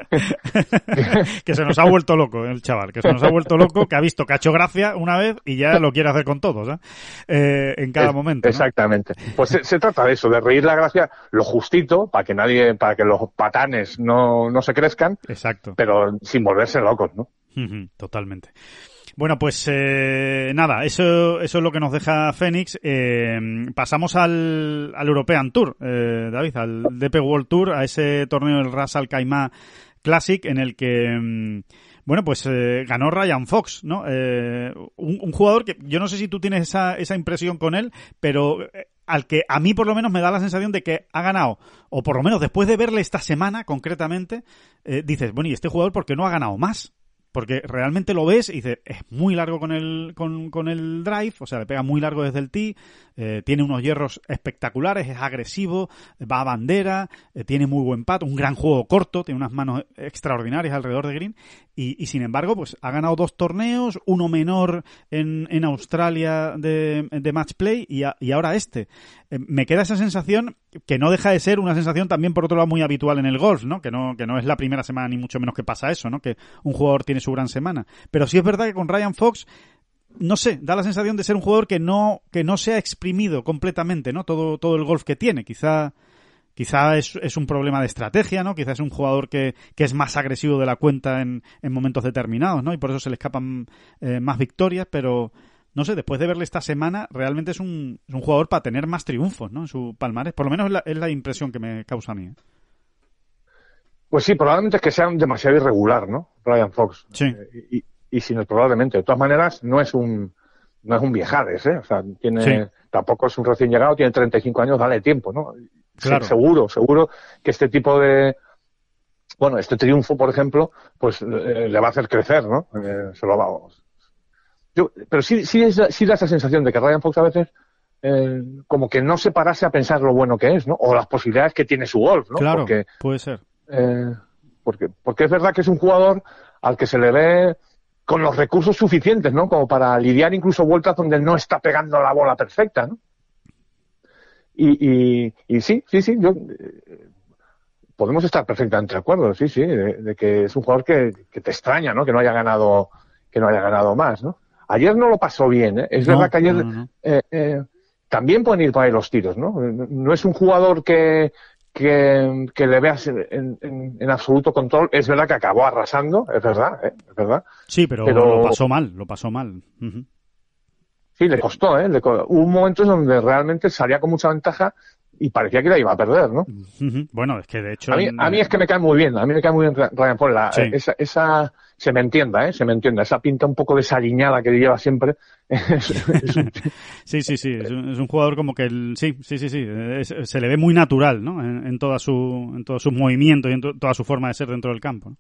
Que se nos ha vuelto loco el chaval, que se nos ha vuelto loco, que ha visto que ha hecho gracia una vez y ya lo quiere hacer con todos, ¿eh? Eh, en cada es- momento, ¿no? Exactamente. Pues se, se trata de eso, de reír la gracia lo justito para que nadie, para que los patanes no, no se crezcan, Exacto. pero sin volverse locos, ¿no? Ujú, totalmente. Bueno, pues eh, nada, eso, eso es lo que nos deja Fénix. Eh, pasamos al, al European Tour, eh, David, al D P World Tour, a ese torneo del Ras Al Khaimah Classic en el que, mm, bueno, pues eh, ganó Ryan Fox, ¿no? Eh, un, un jugador que yo no sé si tú tienes esa, esa impresión con él, pero eh, al que a mí por lo menos me da la sensación de que ha ganado, o por lo menos después de verle esta semana concretamente, eh, dices, bueno, ¿y este jugador por qué no ha ganado más? Porque realmente lo ves y dices, es muy largo con el, con, con el drive, o sea, le pega muy largo desde el tee, eh, tiene unos hierros espectaculares, es agresivo, va a bandera, eh, tiene muy buen pat, un gran juego corto, tiene unas manos extraordinarias alrededor de green, y, y sin embargo, pues ha ganado dos torneos, uno menor en, en Australia de, de match play y, a, y ahora este. Eh, me queda esa sensación que no deja de ser una sensación también por otro lado muy habitual en el golf, ¿no? Que no, que no es la primera semana ni mucho menos que pasa eso, ¿no? Que un jugador tiene su gran semana. Pero sí es verdad que con Ryan Fox, no sé, da la sensación de ser un jugador que no, que no se ha exprimido completamente, ¿no? Todo, todo el golf que tiene. Quizá, quizá es, es un problema de estrategia, ¿no? Quizá es un jugador que, que es más agresivo de la cuenta en, en momentos determinados, ¿no? Y por eso se le escapan eh, más victorias, pero no sé, después de verle esta semana, realmente es un, es un jugador para tener más triunfos, ¿no? En su palmarés. Por lo menos es la, es la impresión que me causa a mí, ¿eh? Pues sí, probablemente es que sea demasiado irregular, ¿no? Ryan Fox. Sí. Eh, y, y sin el probablemente. De todas maneras, no es un no es un viejades, ¿eh? O sea, tiene Sí. tampoco es un recién llegado, tiene treinta y cinco años, dale tiempo, ¿no? Claro. Se- seguro, seguro que este tipo de bueno, este triunfo, por ejemplo, pues eh, le va a hacer crecer, ¿no? Eh, se lo vamos. Yo, pero sí, sí, es, sí da esa sensación de que Ryan Fox a veces eh, como que no se parase a pensar lo bueno que es, ¿no? O las posibilidades que tiene su golf, ¿no? Claro, Porque, puede ser. eh, porque, porque es verdad que es un jugador al que se le ve con los recursos suficientes, ¿no? Como para lidiar incluso vueltas donde no está pegando la bola perfecta, ¿no? Y, y, y sí, sí, sí, yo, eh, podemos estar perfectamente de acuerdo, sí, sí, de, de que es un jugador que, que te extraña, ¿no? Que no haya ganado, que no haya ganado más, ¿no? Ayer no lo pasó bien, ¿eh? Es No, verdad que ayer no, no, no. eh, eh, también pueden ir por ahí los tiros, ¿no? No es un jugador que, que, que le veas en, en, en absoluto control. Es verdad que acabó arrasando, es verdad, ¿eh? Es verdad. Sí, pero, Pero- lo pasó mal, lo pasó mal. Ujú. Sí, le costó, ¿eh? Le co- Hubo momentos donde realmente salía con mucha ventaja y parecía que la iba a perder, ¿no? Ujú. Bueno, es que de hecho... A mí, en- a mí es que me cae muy bien, a mí me cae muy bien Ra- Ryan Paul. La- Sí. esa, esa, se me entienda, ¿eh? Se me entienda. Esa pinta un poco desaliñada que lleva siempre. Es- es un- Sí, sí, sí, es un, es un jugador como que el, sí, sí, sí, sí, es- se le ve muy natural, ¿no? En, en toda su, en todos sus movimientos y en to- toda su forma de ser dentro del campo, ¿no?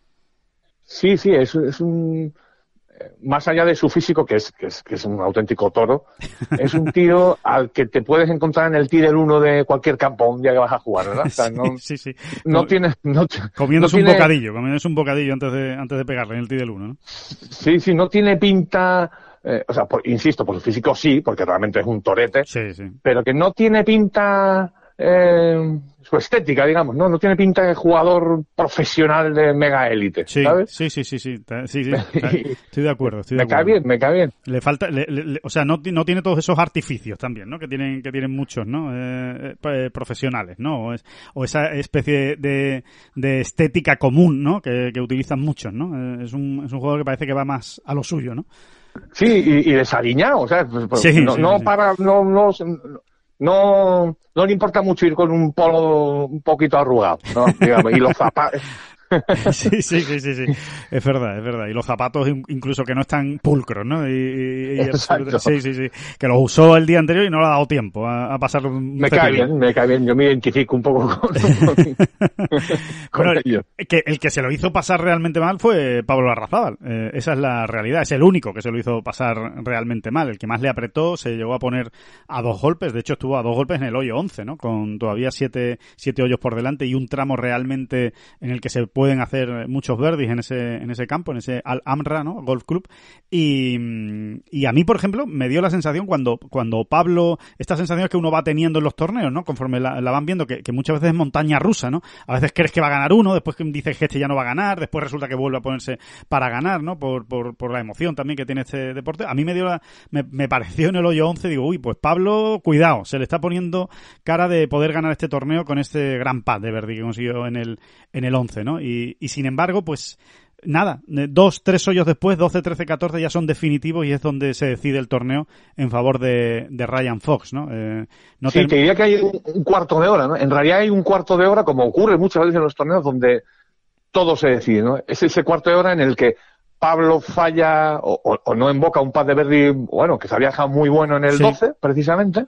Sí, sí, es, es un... eh, Más allá de su físico, que es, que es, que es un auténtico toro, es un tío al que te puedes encontrar en el tee del uno de cualquier campo un día que vas a jugar, ¿verdad? O sea, no, Sí, sí, sí. no Co- tiene... No, Comiéndose no un tiene- bocadillo, comiéndose un bocadillo antes de, antes de pegarle en el tee del uno, ¿no? Sí, sí, no tiene pinta... eh, o sea, por- insisto, por su físico sí, porque realmente es un torete, Sí, sí. pero que no tiene pinta... eh, su estética, digamos, ¿no? No tiene pinta de jugador profesional de mega élite, Sí, ¿sabes? sí, sí, sí, sí, ta- sí, sí, ta- estoy de acuerdo, estoy de Me cae acuerdo. bien, me cae bien. Le falta, le- le- le- o sea, no, ti- no tiene todos esos artificios también, ¿no? Que tienen, que tienen muchos, ¿no? Eh, eh, profesionales, ¿no? O, es- o esa especie de, de estética común, ¿no? Que, que utilizan muchos, ¿no? Eh, es un, es un jugador que parece que va más a lo suyo, ¿no? Sí, y, y desaliñado, o sea, pues, pues, Sí, no, sí, no sí. para, no, no, no, no le importa mucho ir con un polo un poquito arrugado, ¿no? Digamos, y los zapatos. Sí, sí, sí, sí, sí, es verdad, es verdad. Y los zapatos incluso que no están pulcros, ¿no? Y, y, y Exacto. Sí, sí, sí. Que los usó el día anterior y no le ha dado tiempo a, a pasar un Me cae bien, me cae bien. Yo me identifico un poco con, con bueno, ellos. Que el que se lo hizo pasar realmente mal fue Pablo Larrazábal. Eh, esa es la realidad. Es el único que se lo hizo pasar realmente mal. El que más le apretó, se llegó a poner a dos golpes. De hecho, estuvo a dos golpes en el hoyo once, ¿no? Con todavía siete, siete hoyos por delante y un tramo realmente en el que se pueden hacer muchos birdies en ese en ese campo, en ese Al-Amra, ¿no? Golf Club. Y, y a mí, por ejemplo, me dio la sensación cuando cuando Pablo, esta sensación que uno va teniendo en los torneos, ¿no? Conforme la, la van viendo, que, que muchas veces es montaña rusa, ¿no? A veces crees que va a ganar uno, después que dices que este ya no va a ganar, después resulta que vuelve a ponerse para ganar, ¿no? Por por, por la emoción también que tiene este deporte. A mí me dio la, me, me pareció en el hoyo once, digo, uy, pues Pablo, cuidado, se le está poniendo cara de poder ganar este torneo con este gran pad de birdie que consiguió en el en el once, ¿no? Y, y sin embargo, pues nada, dos, tres hoyos después, doce, trece, catorce ya son definitivos y es donde se decide el torneo en favor de, de Ryan Fox, ¿no? Eh, no sí, te... te diría que hay un, un cuarto de hora, ¿no? En realidad hay un cuarto de hora, como ocurre muchas veces en los torneos, donde todo se decide, ¿no? Es ese cuarto de hora en el que Pablo falla o, o, o no invoca un pad de birdie, bueno, que se había dejado muy bueno en el sí. doce, precisamente.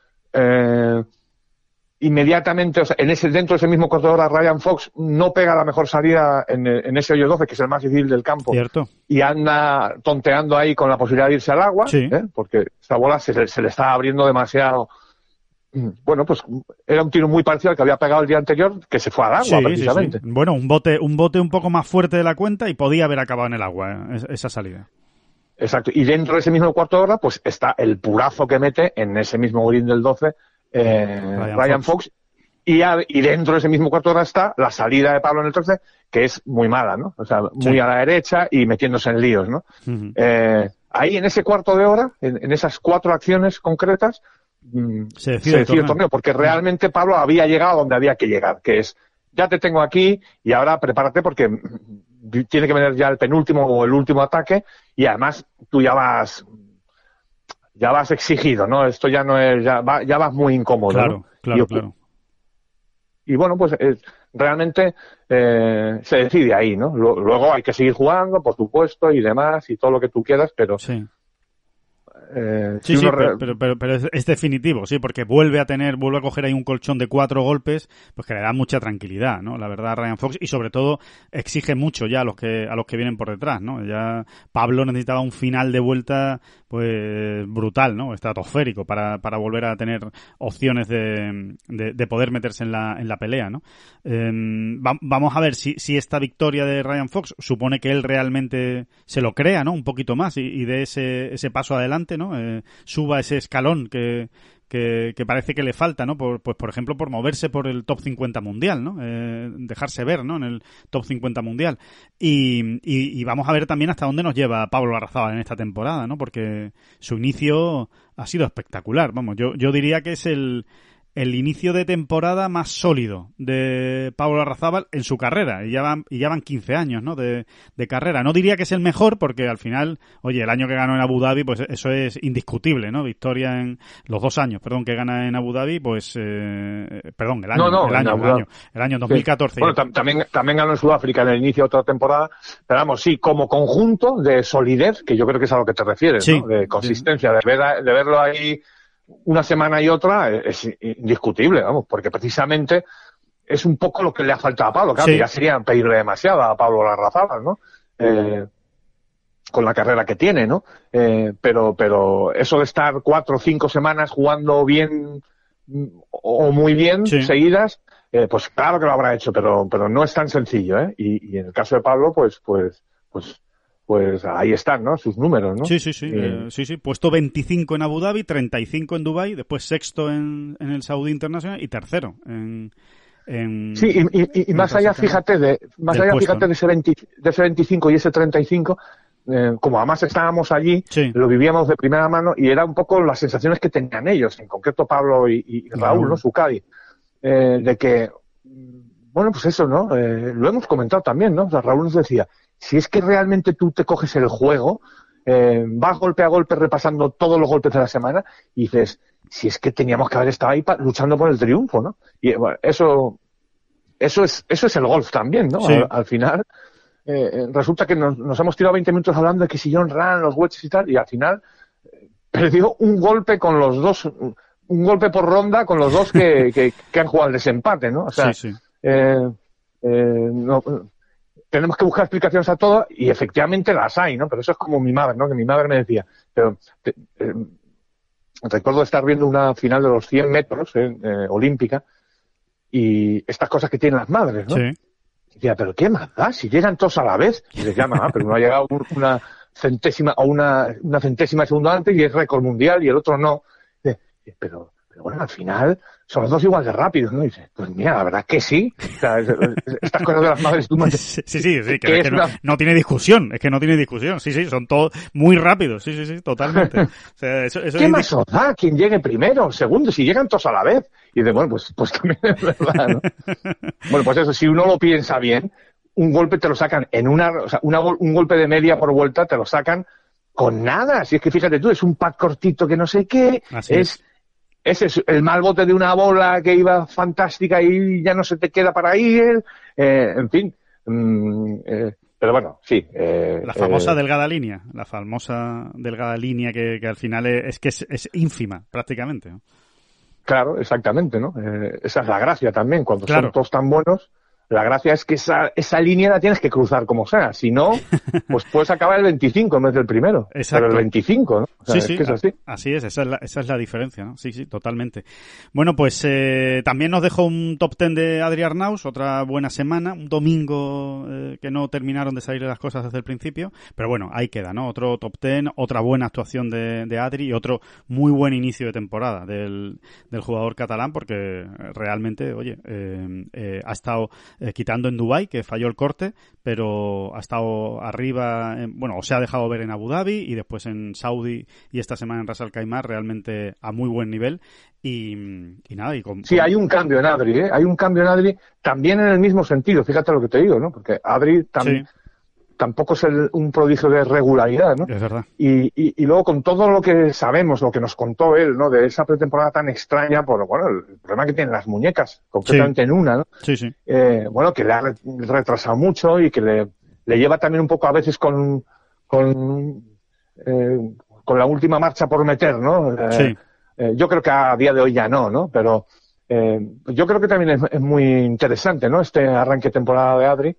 Eh... Inmediatamente, o sea, en ese, dentro de ese mismo cuarto de hora, Ryan Fox no pega la mejor salida en, en ese hoyo doce, que es el más difícil del campo. Cierto. Y anda tonteando ahí con la posibilidad de irse al agua, sí. ¿eh? Porque esa bola se, se le está abriendo demasiado. Bueno, pues era un tiro muy parecido al que había pegado el día anterior, que se fue al agua, sí, precisamente. Sí, sí. Bueno, un bote, un bote un poco más fuerte de la cuenta y podía haber acabado en el agua, ¿eh? esa salida. Exacto. Y dentro de ese mismo cuarto de hora, pues está el purazo que mete en ese mismo green del doce, Eh, Ryan, Ryan Fox, Fox y, a, y dentro de ese mismo cuarto de hora está la salida de Pablo en el trece, que es muy mala, ¿no? O sea, muy sí. a la derecha y metiéndose en líos, ¿no? Uh-huh. Eh, ahí en ese cuarto de hora, en, en esas cuatro acciones concretas, se decide, se decide el, torneo. el torneo, porque realmente Pablo había llegado donde había que llegar, que es, ya te tengo aquí y ahora prepárate porque tiene que venir ya el penúltimo o el último ataque y además tú ya vas... ya vas exigido, ¿no? Esto ya no es, ya, va, ya vas muy incómodo, claro, ¿no? Claro, y, claro. Y bueno, pues eh, realmente eh, se decide ahí, ¿no? Luego hay que seguir jugando, por supuesto, y demás, y todo lo que tú quieras, pero... Sí. Eh, sí, si sí, uno... pero, pero, pero, pero es, es definitivo, sí, porque vuelve a tener, vuelve a coger ahí un colchón de cuatro golpes, pues que le da mucha tranquilidad, ¿no? La verdad, Ryan Fox, y sobre todo exige mucho ya a los que a los que vienen por detrás, ¿no? Ya Pablo necesitaba un final de vuelta, pues brutal, ¿no? Estratosférico para para volver a tener opciones de, de, de poder meterse en la en la pelea, ¿no? Eh, va, vamos a ver si si esta victoria de Ryan Fox supone que él realmente se lo crea, ¿no? Un poquito más y, y dé ese ese paso adelante, ¿no? Eh, suba ese escalón que, que, que parece que le falta, ¿no? Por, pues, por ejemplo, por moverse por el top cincuenta mundial, ¿no? Eh, dejarse ver, ¿no? En el top cincuenta mundial. Y, y, y vamos a ver también hasta dónde nos lleva Pablo Larrazábal en esta temporada, ¿no? Porque su inicio ha sido espectacular. Vamos, yo, yo diría que es el... el inicio de temporada más sólido de Pablo Larrazábal en su carrera, y ya van, y ya van quince años, ¿no? De, de carrera. No diría que es el mejor, porque al final, oye, el año que ganó en Abu Dhabi, pues eso es indiscutible, ¿no? Victoria en los dos años, perdón, que gana en Abu Dhabi, pues, eh, perdón, el año, no, no, el año, el año, el año dos mil catorce. Sí. Bueno, tam- también, también ganó en Sudáfrica en el inicio de otra temporada, pero vamos, sí, como conjunto de solidez, que yo creo que es a lo que te refieres, sí, ¿no? De consistencia, de, ver, de verlo ahí una semana y otra es indiscutible, vamos, porque precisamente es un poco lo que le ha faltado a Pablo, claro, sí. que ya sería pedirle demasiado a Pablo Larrazábal, ¿no? Eh, con la carrera que tiene, ¿no? Eh, pero, pero eso de estar cuatro o cinco semanas jugando bien o muy bien sí. seguidas, eh, pues claro que lo habrá hecho, pero, pero no es tan sencillo, ¿eh? Y, y en el caso de Pablo, pues, pues, pues, pues ahí están, ¿no? Sus números, ¿no? Sí, sí, sí, eh, sí, sí. Puesto veinticinco en Abu Dhabi, treinta y cinco en Dubái, después sexto en, en el Saudi International y tercero en... en sí, y, y, y más allá, fíjate, de, más allá, puesto, fíjate, ¿no? de, ese veinte, de ese veinticinco y ese treinta y cinco, eh, como además estábamos allí, sí. lo vivíamos de primera mano y era un poco las sensaciones que tenían ellos, en concreto Pablo y, y Raúl, Raúl, ¿no? Su Cádiz, eh, de que, bueno, pues eso, ¿no? Eh, lo hemos comentado también, ¿no? O sea, Raúl nos decía, si es que realmente tú te coges el juego, eh, vas golpe a golpe repasando todos los golpes de la semana y dices, si es que teníamos que haber estado ahí pa- luchando por el triunfo, ¿no? Y bueno, eso, eso es, eso es el golf también, ¿no? Sí. Al, al final, eh, resulta que nos, nos hemos tirado veinte minutos hablando de que si Jon Rahm, los wedges y tal, y al final eh, perdió un golpe con los dos, un golpe por ronda con los dos que, que, que han jugado el desempate, ¿no? O sea, Sí, sí. eh, eh, no, tenemos que buscar explicaciones a todo y efectivamente las hay, ¿no? Pero eso es como mi madre, ¿no? Que mi madre me decía, pero te, eh, recuerdo estar viendo una final de los cien metros eh, eh, olímpica y estas cosas que tienen las madres, ¿no? Sí. Y decía, pero ¿qué más da? Si llegan todos a la vez. Y decía, mamá, pero uno ha llegado una centésima o una, una centésima de segundo antes y es récord mundial y el otro no. Y dice, pero, pero bueno, al final son los dos igual de rápidos, ¿no? Y dice, pues mira, la verdad que sí. O sea, es- es- estas cosas de las madres, tú me- Sí, sí, sí, sí, que, que es es que no, una- no tiene discusión, es que no tiene discusión, sí, sí, son todos muy rápidos, sí, sí, sí, totalmente. O sea, eso, eso ¿Qué es más os da quien llegue primero, segundo, si llegan todos a la vez? Y dice, bueno, pues, pues también es verdad, ¿no? Bueno, pues eso, si uno lo piensa bien, un golpe te lo sacan en una, o sea, una gol- un golpe de media por vuelta te lo sacan con nada. Si es que fíjate tú, es un pad cortito que no sé qué, Así es, ese es el mal bote de una bola que iba fantástica y ya no se te queda para ir, eh, en fin. mm, eh, pero bueno, sí. Eh, la famosa eh, delgada línea, la famosa delgada línea que, que al final es, es que es, es ínfima, prácticamente, ¿no? Claro, exactamente, ¿no? Eh, esa es la gracia también, cuando Claro. son todos tan buenos. La gracia es que esa, esa línea la tienes que cruzar como sea. Si no, pues puedes acabar el veinticinco en vez del primero. Exacto. Pero el veinticinco, ¿no? O sea, Sí, es sí, que es así. así es, esa es la, esa es la diferencia, ¿no? Sí, sí, totalmente. Bueno, pues eh, también nos dejó un top ten de Adri Arnaus, otra buena semana, un domingo eh, que no terminaron de salir las cosas desde el principio, pero bueno, ahí queda, ¿no? Otro top ten, otra buena actuación de, de Adri y otro muy buen inicio de temporada del, del jugador catalán, porque realmente, oye, eh, eh, ha estado eh, quitando en Dubái, que falló el corte, pero ha estado arriba, en, bueno, o se ha dejado ver en Abu Dhabi y después en Saudi y esta semana en Ras Al Khaimah, realmente a muy buen nivel y, y nada, y con, Sí, con- hay un cambio en Adri, ¿eh? Hay un cambio en Adri también en el mismo sentido. Fíjate lo que te digo, ¿no? Porque Adri tam- Sí. tampoco es el- un prodigio de regularidad, ¿no? Es verdad. Y, y, y luego con todo lo que sabemos, lo que nos contó él, ¿no? De esa pretemporada tan extraña, por bueno, el problema que tienen las muñecas, concretamente en una, ¿no? Sí, sí. Eh, bueno, que le ha re- retrasado mucho y que le, le lleva también un poco a veces con, con, eh, con la última marcha por meter, ¿no? Eh, Sí. eh, yo creo que a día de hoy ya no, ¿no? Pero eh, yo creo que también es, es muy interesante, ¿no? Este arranque de temporada de Adri.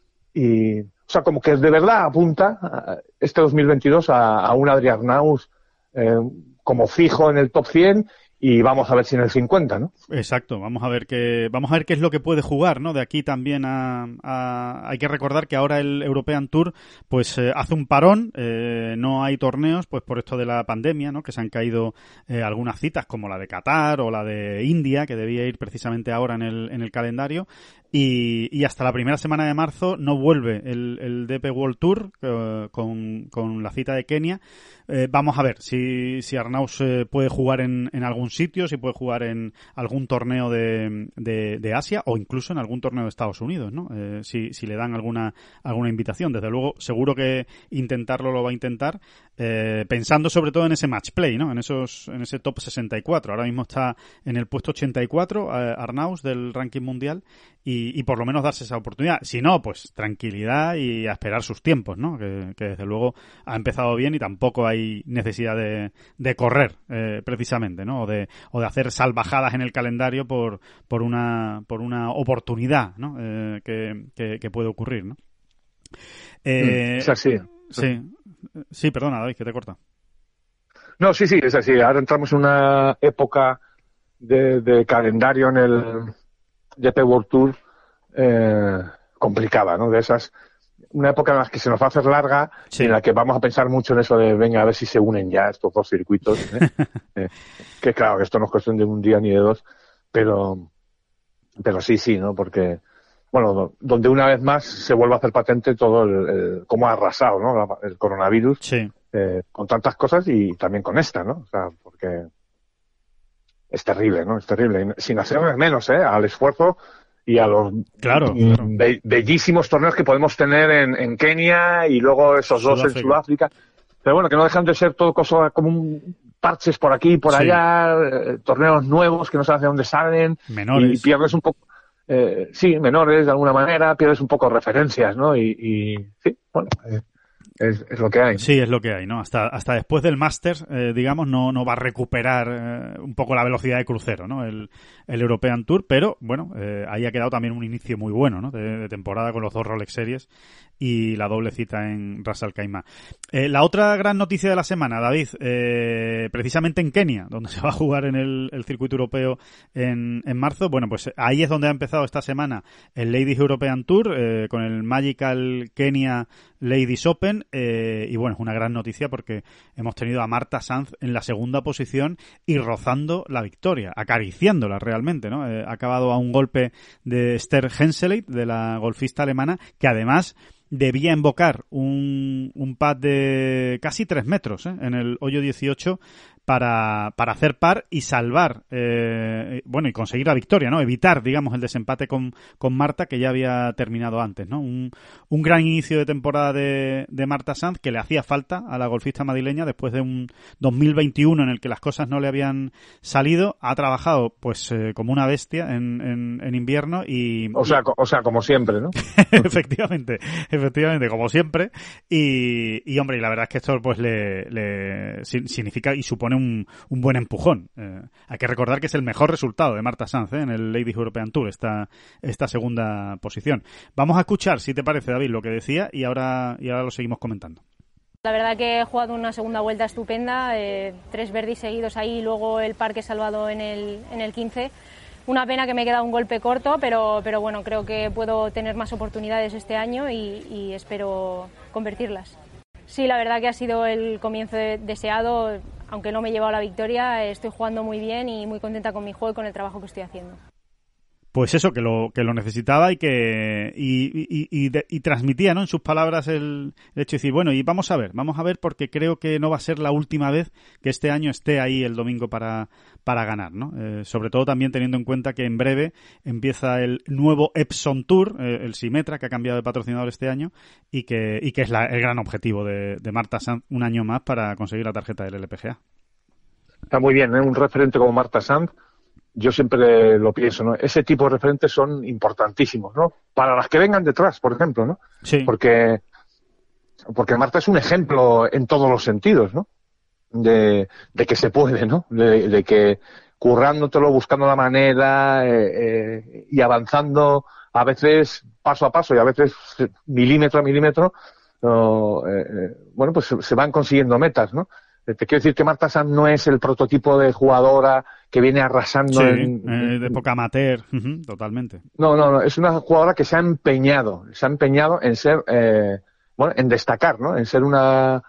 Y, o sea, como que de verdad apunta a este dos mil veintidós a, a un Adri Arnaus eh, como fijo en el top cien y vamos a ver si en el cincuenta, ¿no? Exacto, vamos a ver qué vamos a ver qué es lo que puede jugar, ¿no? De aquí también a, a hay que recordar que ahora el European Tour pues eh, hace un parón, eh, no hay torneos pues por esto de la pandemia, ¿no? Que se han caído eh, algunas citas como la de Qatar o la de India que debía ir precisamente ahora en el en el calendario y, y hasta la primera semana de marzo no vuelve el, el D P World Tour eh, con, con la cita de Kenia. Eh, vamos a ver si, si Arnaus eh, puede jugar en, en algún sitio, si puede jugar en algún torneo de, de, de Asia o incluso en algún torneo de Estados Unidos, ¿no? Eh, si, si le dan alguna, alguna invitación. Desde luego, seguro que intentarlo lo va a intentar, eh, pensando sobre todo en ese match play, ¿no? En esos, en ese top sesenta y cuatro. Ahora mismo está en el puesto ochenta y cuatro, eh, Arnaus del ranking mundial y, y por lo menos darse esa oportunidad. Si no, pues tranquilidad y a esperar sus tiempos, ¿no? Que, que desde luego ha empezado bien y tampoco hay necesidad de, de correr, eh, precisamente, ¿no? O de, o de hacer salvajadas en el calendario por, por una, por una oportunidad, ¿no? Eh, que, que, que puede ocurrir, ¿no? Eh, Es así. Sí, sí, perdona, David, que te corta. No, sí, sí, es así. Ahora entramos en una época de, de calendario en el D P World Tour eh, complicada, ¿no? De esas, una época en la que se nos va a hacer larga Sí. y en la que vamos a pensar mucho en eso de, venga, a ver si se unen ya estos dos circuitos. ¿eh? eh, que claro, que esto no es cuestión de un día ni de dos, pero, pero sí, sí, ¿no? Porque, bueno, donde una vez más se vuelve a hacer patente todo el, el cómo ha arrasado, ¿no? La- el coronavirus. Sí, Eh, con tantas cosas y también con esta, ¿no? O sea, porque es terrible, ¿no? Es terrible. Y sin hacer menos, ¿eh? Al esfuerzo y a los Claro, mm, claro. be- bellísimos torneos que podemos tener en, en Kenia y luego esos dos en Sudáfrica. Sudáfrica. pero bueno, que no dejan de ser todo cosas como un parches por aquí y por Sí. allá, eh, torneos nuevos que no sabes de dónde salen. Menores. Y pierdes un poco, eh, sí, menores de alguna manera, pierdes un poco referencias, ¿no? Y, y sí, bueno, eh, es, es lo que hay, ¿no? Sí, es lo que hay, ¿no? Hasta, hasta después del Masters, eh, digamos, no, no va a recuperar eh, un poco la velocidad de crucero, ¿no? El, el European Tour, pero bueno, eh, ahí ha quedado también un inicio muy bueno, ¿no? De, de temporada con los dos Rolex Series y la doble cita en Ras Al Khaimah. Eh, la otra gran noticia de la semana, David, eh, precisamente en Kenia, donde se va a jugar en el, el circuito europeo en, en marzo, bueno, pues ahí es donde ha empezado esta semana el Ladies European Tour, eh, con el Magical Kenya Ladies Open, eh, y bueno, es una gran noticia porque hemos tenido a Marta Sanz en la segunda posición y rozando la victoria, acariciándola realmente, ¿no? Eh, ha acabado a un golpe de Esther Henseleit, de la golfista alemana, que además debía invocar un, un pad de casi tres metros, ¿eh? En el hoyo dieciocho para, para hacer par y salvar, eh, bueno, y conseguir la victoria, ¿no? Evitar, digamos, el desempate con, con Marta, que ya había terminado antes, ¿no? Un, un gran inicio de temporada de, de Marta Sanz, que le hacía falta a la golfista madrileña después de un dos mil veintiuno en el que las cosas no le habían salido. Ha trabajado, pues, eh, como una bestia en, en, en invierno y... O sea, co- o sea, como siempre, ¿no? efectivamente, efectivamente, como siempre. Y, y hombre, y la verdad es que esto pues le, le si- significa y supone un, un buen empujón. Eh, hay que recordar que es el mejor resultado de Marta Sanz, ¿eh? En el Ladies European Tour, esta, esta segunda posición. Vamos a escuchar, si te parece, David, lo que decía y ahora, y ahora lo seguimos comentando. La verdad que he jugado una segunda vuelta estupenda, eh, tres birdies seguidos ahí y luego el par que he salvado en el, en el quince. Una pena que me he quedado un golpe corto, pero, pero bueno, creo que puedo tener más oportunidades este año y, y espero convertirlas. Sí, la verdad que ha sido el comienzo de, deseado, aunque no me he llevado la victoria, estoy jugando muy bien y muy contenta con mi juego y con el trabajo que estoy haciendo. Pues eso, que lo que lo necesitaba y que y, y, y, de, y transmitía, ¿no? En sus palabras el, el hecho de decir, bueno, y vamos a ver, vamos a ver porque creo que no va a ser la última vez que este año esté ahí el domingo para, para ganar, ¿no? Eh, sobre todo también teniendo en cuenta que en breve empieza el nuevo Epson Tour, eh, el Symetra, que ha cambiado de patrocinador este año y que y que es la, el gran objetivo de, de Marta Sanz un año más para conseguir la tarjeta del L P G A. Está muy bien, ¿eh? Un referente como Marta Sanz, yo siempre lo pienso, ¿no? Ese tipo de referentes son importantísimos, ¿no? Para las que vengan detrás, por ejemplo, ¿no? Sí. Porque, porque Marta es un ejemplo en todos los sentidos, ¿no? De, de que se puede, ¿no? De, de que currándotelo, buscando la manera eh, eh, y avanzando a veces paso a paso y a veces milímetro a milímetro, no, eh, eh, bueno, pues se, se van consiguiendo metas, ¿no? Te quiero decir que Marta Sanz no es el prototipo de jugadora que viene arrasando Sí, en, eh, de época amateur, uh-huh, totalmente. No, no, no, es una jugadora que se ha empeñado, se ha empeñado en ser, eh, bueno, en destacar, ¿no? En ser una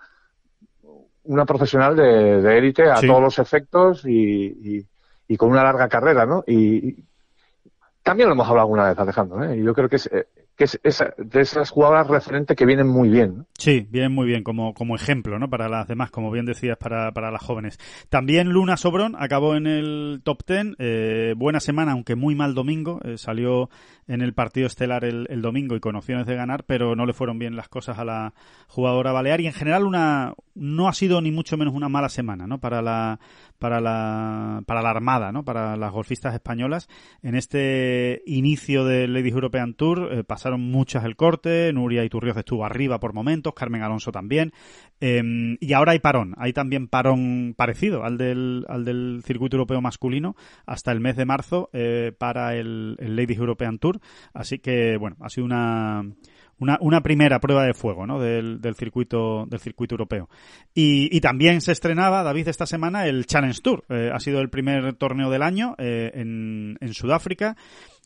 una profesional de, de élite a Sí. todos los efectos y, y, y con una larga carrera, ¿no? Y, y también lo hemos hablado alguna vez, Alejandro, ¿eh? Y yo creo que es, eh, que es esa, de esas jugadoras referentes que vienen muy bien, ¿no? Sí, bien, muy bien, como, como ejemplo, ¿no? Para las demás, como bien decías, para, para las jóvenes. También Luna Sobrón acabó en el top ten, eh, buena semana, aunque muy mal domingo, eh, salió en el partido estelar el, el domingo y con opciones de ganar, pero no le fueron bien las cosas a la jugadora balear y en general una, no ha sido ni mucho menos una mala semana, ¿no? Para la, para la, para la armada, ¿no? Para las golfistas españolas. En este inicio del Ladies European Tour, eh, pasaron muchas el corte, Nuria Iturrioz estuvo arriba por momentos, Carmen Alonso también, eh, y ahora hay parón, hay también parón parecido al del, al del circuito europeo masculino hasta el mes de marzo eh, para el, el Ladies European Tour, así que bueno, ha sido una Una, una primera prueba de fuego, ¿no? Del, del circuito del circuito europeo. Y, y también se estrenaba, David, esta semana el Challenge Tour. Eh, ha sido el primer torneo del año eh, en, en Sudáfrica.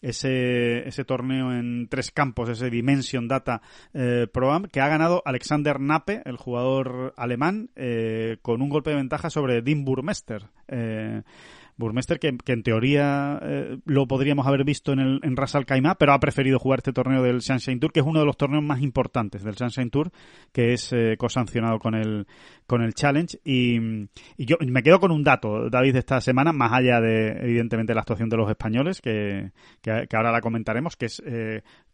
Ese, ese torneo en tres campos, ese Dimension Data eh, Pro-Am, que ha ganado Alexander Nappe, el jugador alemán, eh, con un golpe de ventaja sobre Dean Burmester. Eh, Burmester, que, que en teoría eh, lo podríamos haber visto en el en Ras Al Khaimah, pero ha preferido jugar este torneo del Sunshine Tour, que es uno de los torneos más importantes del Sunshine Tour, que es eh, cosancionado con el con el Challenge. Y, y yo me quedo con un dato, David, de esta semana, más allá de, evidentemente, la actuación de los españoles, que, que, que ahora la comentaremos, que es eh,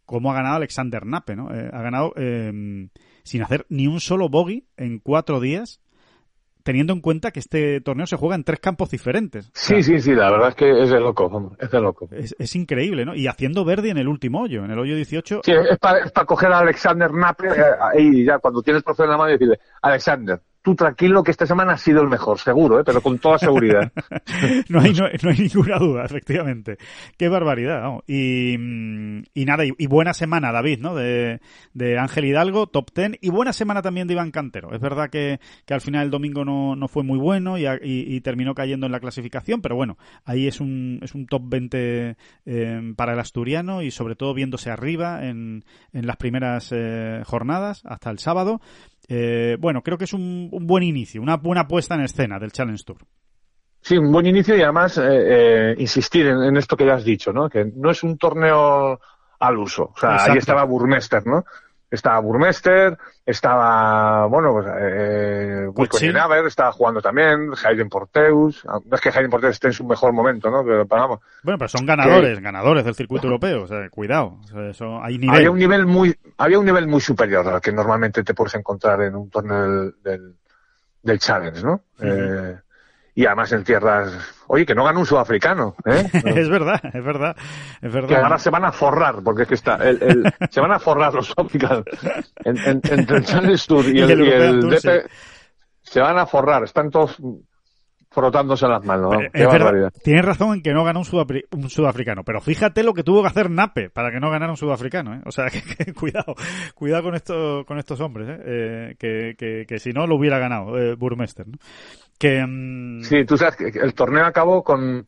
cómo ha ganado Alexander Nape, ¿no? Eh, ha ganado eh, sin hacer ni un solo bogey en cuatro días, teniendo en cuenta que este torneo se juega en tres campos diferentes. Sí, o sea, sí, sí, la verdad es que es de loco, es de loco. Es, es increíble, ¿no? Y haciendo birdie en el último hoyo, en el hoyo dieciocho. Sí, es para pa coger a Alexander Nape eh, y ya cuando tienes el trofeo en la mano y decirle, Alexander, tú tranquilo que esta semana ha sido el mejor, seguro, ¿eh? Pero con toda seguridad. no, hay, no, no hay ninguna duda, efectivamente. Qué barbaridad, vamos. Y, y nada, y, y buena semana, David, ¿no? De, de Ángel Hidalgo, top ten, y buena semana también de Iván Cantero. Es verdad que, que al final el domingo no, no fue muy bueno y, y, y terminó cayendo en la clasificación, pero bueno, ahí es un, es un top veinte eh, para el asturiano y sobre todo viéndose arriba en, en las primeras eh, jornadas hasta el sábado. Eh, bueno, creo que es un, un buen inicio, una buena puesta en escena del Challenge Tour. Sí, un buen inicio y además eh, eh, insistir en, en esto que ya has dicho, ¿no? Que no es un torneo al uso. O sea, Exacto. Ahí estaba Burmester, ¿no? Estaba Burmester, estaba, bueno, pues, eh, Wilco-Nienaber, estaba jugando también, Hayden Porteus. No es que Hayden Porteus esté en su mejor momento, ¿no? Pero, pero vamos. Bueno, pero son ganadores, que... ganadores del circuito europeo, o sea, cuidado. O sea, eso, hay nivel. Había un nivel muy, había un nivel muy superior al que normalmente te puedes encontrar en un torneo del, del, del Challenge, ¿no? Uh-huh. Eh, y además en tierras, oye, que no gana un sudafricano, ¿eh? es verdad, es verdad, es verdad. Que ahora se van a forrar, porque es que está, el, el, se van a forrar los sudafricanos. En, en, entre el Challenge Tour y, y el, el, y el Tour, D P, sí. Se van a forrar, están todos frotándose las manos, ¿no? Qué barbaridad. Tienes razón en que no ganó un, sudafri- un sudafricano, pero fíjate lo que tuvo que hacer Nape para que no ganara un sudafricano, ¿eh? O sea, que, que cuidado, cuidado con estos, con estos hombres, ¿eh? Eh, que, que, que si no lo hubiera ganado eh, Burmester, ¿no? Que, um... Sí, tú sabes que el torneo acabó con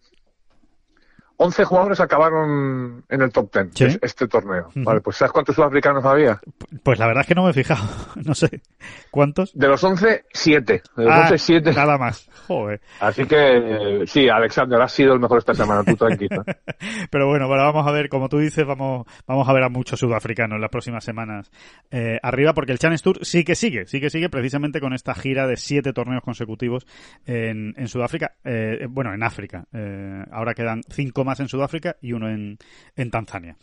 once jugadores acabaron en el top ten, ¿sí? Este torneo. Uh-huh. Vale, pues ¿sabes cuántos sudafricanos había? Pues la verdad es que no me he fijado, no sé. ¿Cuántos? De los once, siete. De los ah, once, siete. Nada más. Joder. Así que, eh, sí, Alexander, has sido el mejor esta semana, tú tranquilo. Pero bueno, bueno, vamos a ver, como tú dices, vamos vamos a ver a muchos sudafricanos en las próximas semanas eh, arriba, porque el Challenge Tour sí que sigue, sí que sigue precisamente con esta gira de siete torneos consecutivos en, en Sudáfrica, eh, bueno, en África. Eh, ahora quedan cinco más en Sudáfrica y uno en, en Tanzania.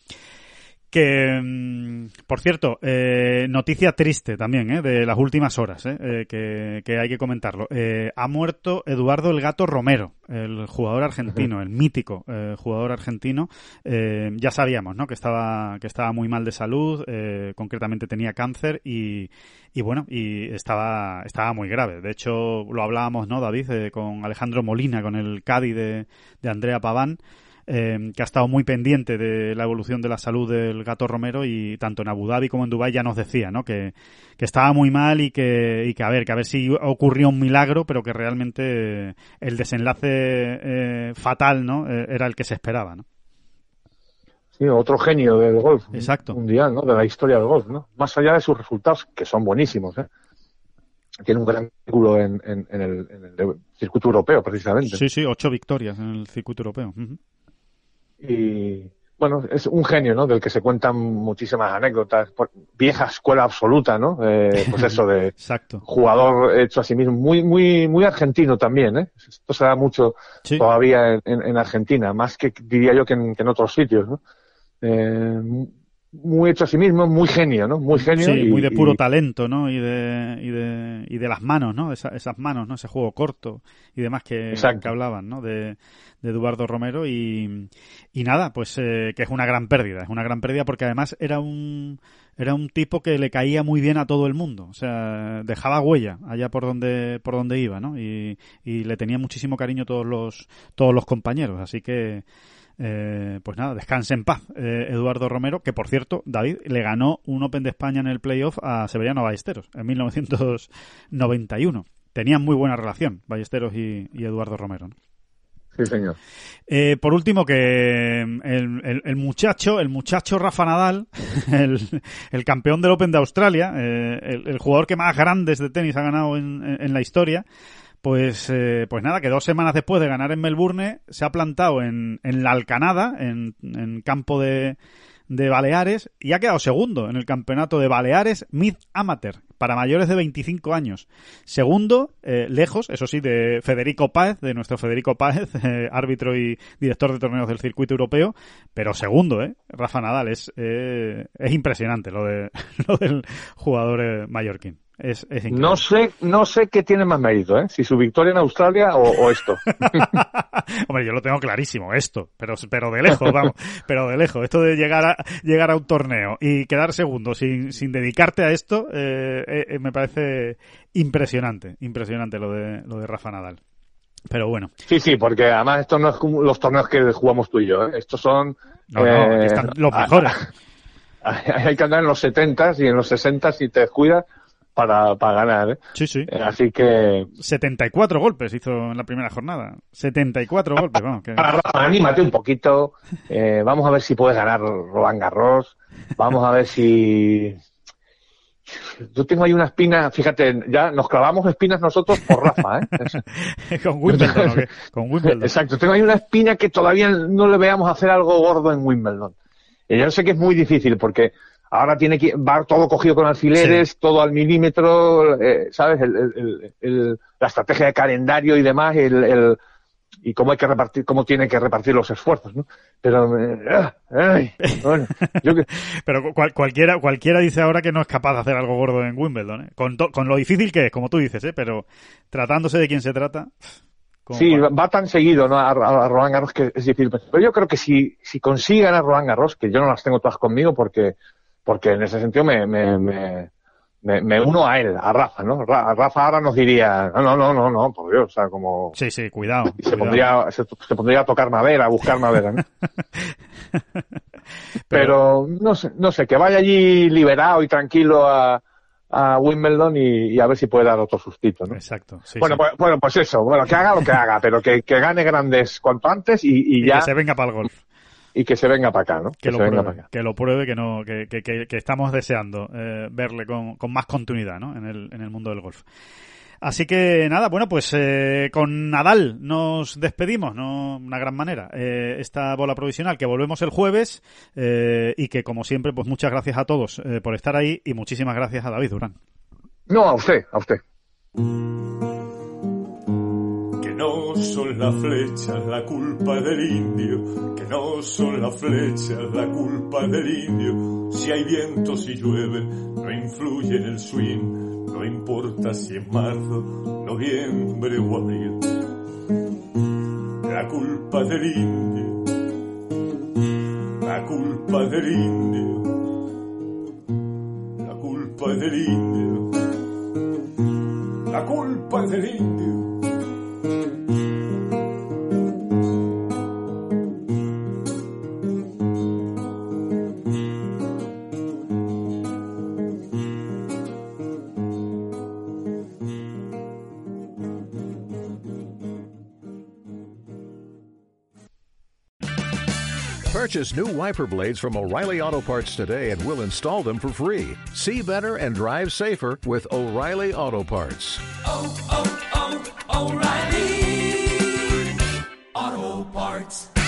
Que, por cierto, eh, noticia triste también, eh, de las últimas horas, eh, eh, que, que hay que comentarlo. Eh, ha muerto Eduardo el Gato Romero, el jugador argentino, el mítico eh, jugador argentino. Eh, ya sabíamos, ¿no? Que estaba que estaba muy mal de salud, eh, concretamente tenía cáncer y y bueno y estaba estaba muy grave. De hecho, lo hablábamos, ¿no, David, eh, con Alejandro Molina, con el Caddy de, de Andrea Paván. Eh, que ha estado muy pendiente de la evolución de la salud del Gato Romero y tanto en Abu Dhabi como en Dubái ya nos decía, ¿no? Que, que estaba muy mal y que, y que a ver, que a ver si ocurrió un milagro, pero que realmente eh, el desenlace eh, fatal, ¿no? Eh, era el que se esperaba, ¿no? Sí, otro genio del golf. Exacto. Mundial, ¿no? De la historia del golf, ¿no? Más allá de sus resultados, que son buenísimos, ¿eh? Tiene un gran vínculo en, en, en, el, en el circuito europeo, precisamente. Sí, sí, ocho victorias en el circuito europeo. Uh-huh. Y bueno, es un genio, ¿no? Del que se cuentan muchísimas anécdotas, por, vieja escuela absoluta, ¿no? Eh, pues eso de Exacto. Jugador hecho a sí mismo, muy muy muy argentino también, ¿eh? Esto se da mucho sí. todavía en, en, en Argentina, más que diría yo que en, que en otros sitios, ¿no? Eh, muy hecho a sí mismo, muy genio, ¿no? Muy genio. Sí, y, muy de puro y... talento, ¿no? Y de, y de, y de las manos, ¿no? Esa, esas manos, ¿no? Ese juego corto y demás que, que hablaban, ¿no? De, de Eduardo Romero y, y nada, pues eh, que es una gran pérdida, es una gran pérdida porque además era un, era un tipo que le caía muy bien a todo el mundo, o sea, dejaba huella allá por donde, por donde iba, ¿no? Y, y le tenía muchísimo cariño todos los, todos los compañeros, así que Eh, pues nada, descanse en paz eh, Eduardo Romero, que por cierto, David, le ganó un Open de España en el playoff a Severiano Ballesteros en mil novecientos noventa y uno. Tenían muy buena relación Ballesteros y, y Eduardo Romero, ¿no? Sí, señor. Eh, por último, que el, el, el muchacho, el muchacho Rafa Nadal, el, el campeón del Open de Australia, eh, el, el jugador que más grandes de tenis ha ganado en, en, en la historia, Pues eh, pues nada, que dos semanas después de ganar en Melbourne se ha plantado en, en la Alcanada, en, en campo de, de Baleares y ha quedado segundo en el campeonato de Baleares Mid Amateur para mayores de veinticinco años. Segundo, eh, lejos, eso sí, de Federico Páez, de nuestro Federico Páez, eh, árbitro y director de torneos del circuito europeo, pero segundo, ¿eh? Rafa Nadal, es, eh, es impresionante lo de lo del jugador eh, mallorquín. Es, es no sé no sé qué tiene más mérito, ¿eh? Si su victoria en Australia o, o esto. Hombre, yo lo tengo clarísimo, esto, pero pero de lejos, vamos, pero de lejos. Esto de llegar a llegar a un torneo y quedar segundo sin sin dedicarte a esto, eh, eh, me parece impresionante, impresionante lo de lo de Rafa Nadal. Pero bueno. Sí, sí, porque además estos no es como los torneos que jugamos tú y yo, ¿eh? Estos son... No, eh, no, están los mejores. Hay que andar en los setentas y en los sesentas si te descuidas para, para ganar, ¿eh? Sí, sí. Eh, así que... setenta y cuatro golpes hizo en la primera jornada. setenta y cuatro golpes, vamos. Que... Anímate un poquito. Eh, vamos a ver si puedes ganar Roland Garros. Vamos a ver si... Yo tengo ahí una espina, fíjate, ya nos clavamos espinas nosotros por Rafa, ¿eh? Con Wimbledon, ¿o qué? Con Wimbledon. Exacto, tengo ahí una espina que todavía no le veamos hacer algo gordo en Wimbledon. Y yo sé que es muy difícil porque ahora tiene que va todo cogido con alfileres, sí. Todo al milímetro, eh, ¿sabes? El, el, el, el, la estrategia de calendario y demás, el, el y cómo hay que repartir, cómo tiene que repartir los esfuerzos, ¿no? Pero, eh, ay, bueno, yo que... pero cual, cualquiera, cualquiera dice ahora que no es capaz de hacer algo gordo en Wimbledon, ¿eh? Con, to, con lo difícil que es, como tú dices, ¿eh? Pero tratándose de quien se trata. Sí, va. va tan seguido, ¿no? A, a Roland Garros que es difícil. Pero yo creo que si, si consigue ganar Roland Garros, que yo no las tengo todas conmigo porque, porque en ese sentido me, me, me, me, me uno a él, a Rafa, ¿no? Ra, Rafa ahora nos diría, no, no, no, no, no, por Dios, o sea, como... Sí, sí, cuidado. Se, cuidado. Pondría, se, se pondría a tocar madera, a buscar madera, ¿no? Pero, Pero no sé, no sé, que vaya allí liberado y tranquilo a, a Wimbledon y, y a ver si puede dar otro sustito, ¿no? Exacto. Sí, bueno, sí. Pues, bueno, pues eso, bueno, que haga lo que haga, pero que, que gane grandes cuanto antes y, y, y ya... que se venga para el golf. Y que se venga para acá, ¿no? Que, que lo se pruebe, venga para acá. Que lo pruebe, que no, que, que, que, que estamos deseando eh, verle con, con más continuidad, ¿no? En el, en el mundo del golf. Así que nada, bueno, pues eh, con Nadal nos despedimos, ¿no? Una gran manera. Eh, esta bola provisional que volvemos el jueves eh, y que como siempre, pues muchas gracias a todos eh, por estar ahí y muchísimas gracias a David Durán. No, a usted, a usted. Que no son las flechas la culpa del indio, que no son las flechas la culpa del indio. Si hay viento, si llueve, no influye en el swing, no importa si es marzo, noviembre o abril. La culpa del indio, la culpa del indio, la culpa del indio, la culpa del indio. Purchase new wiper blades from O'Reilly Auto Parts today and we'll install them for free. See better and drive safer with O'Reilly Auto Parts. Oh, oh, oh, O'Reilly Auto Parts.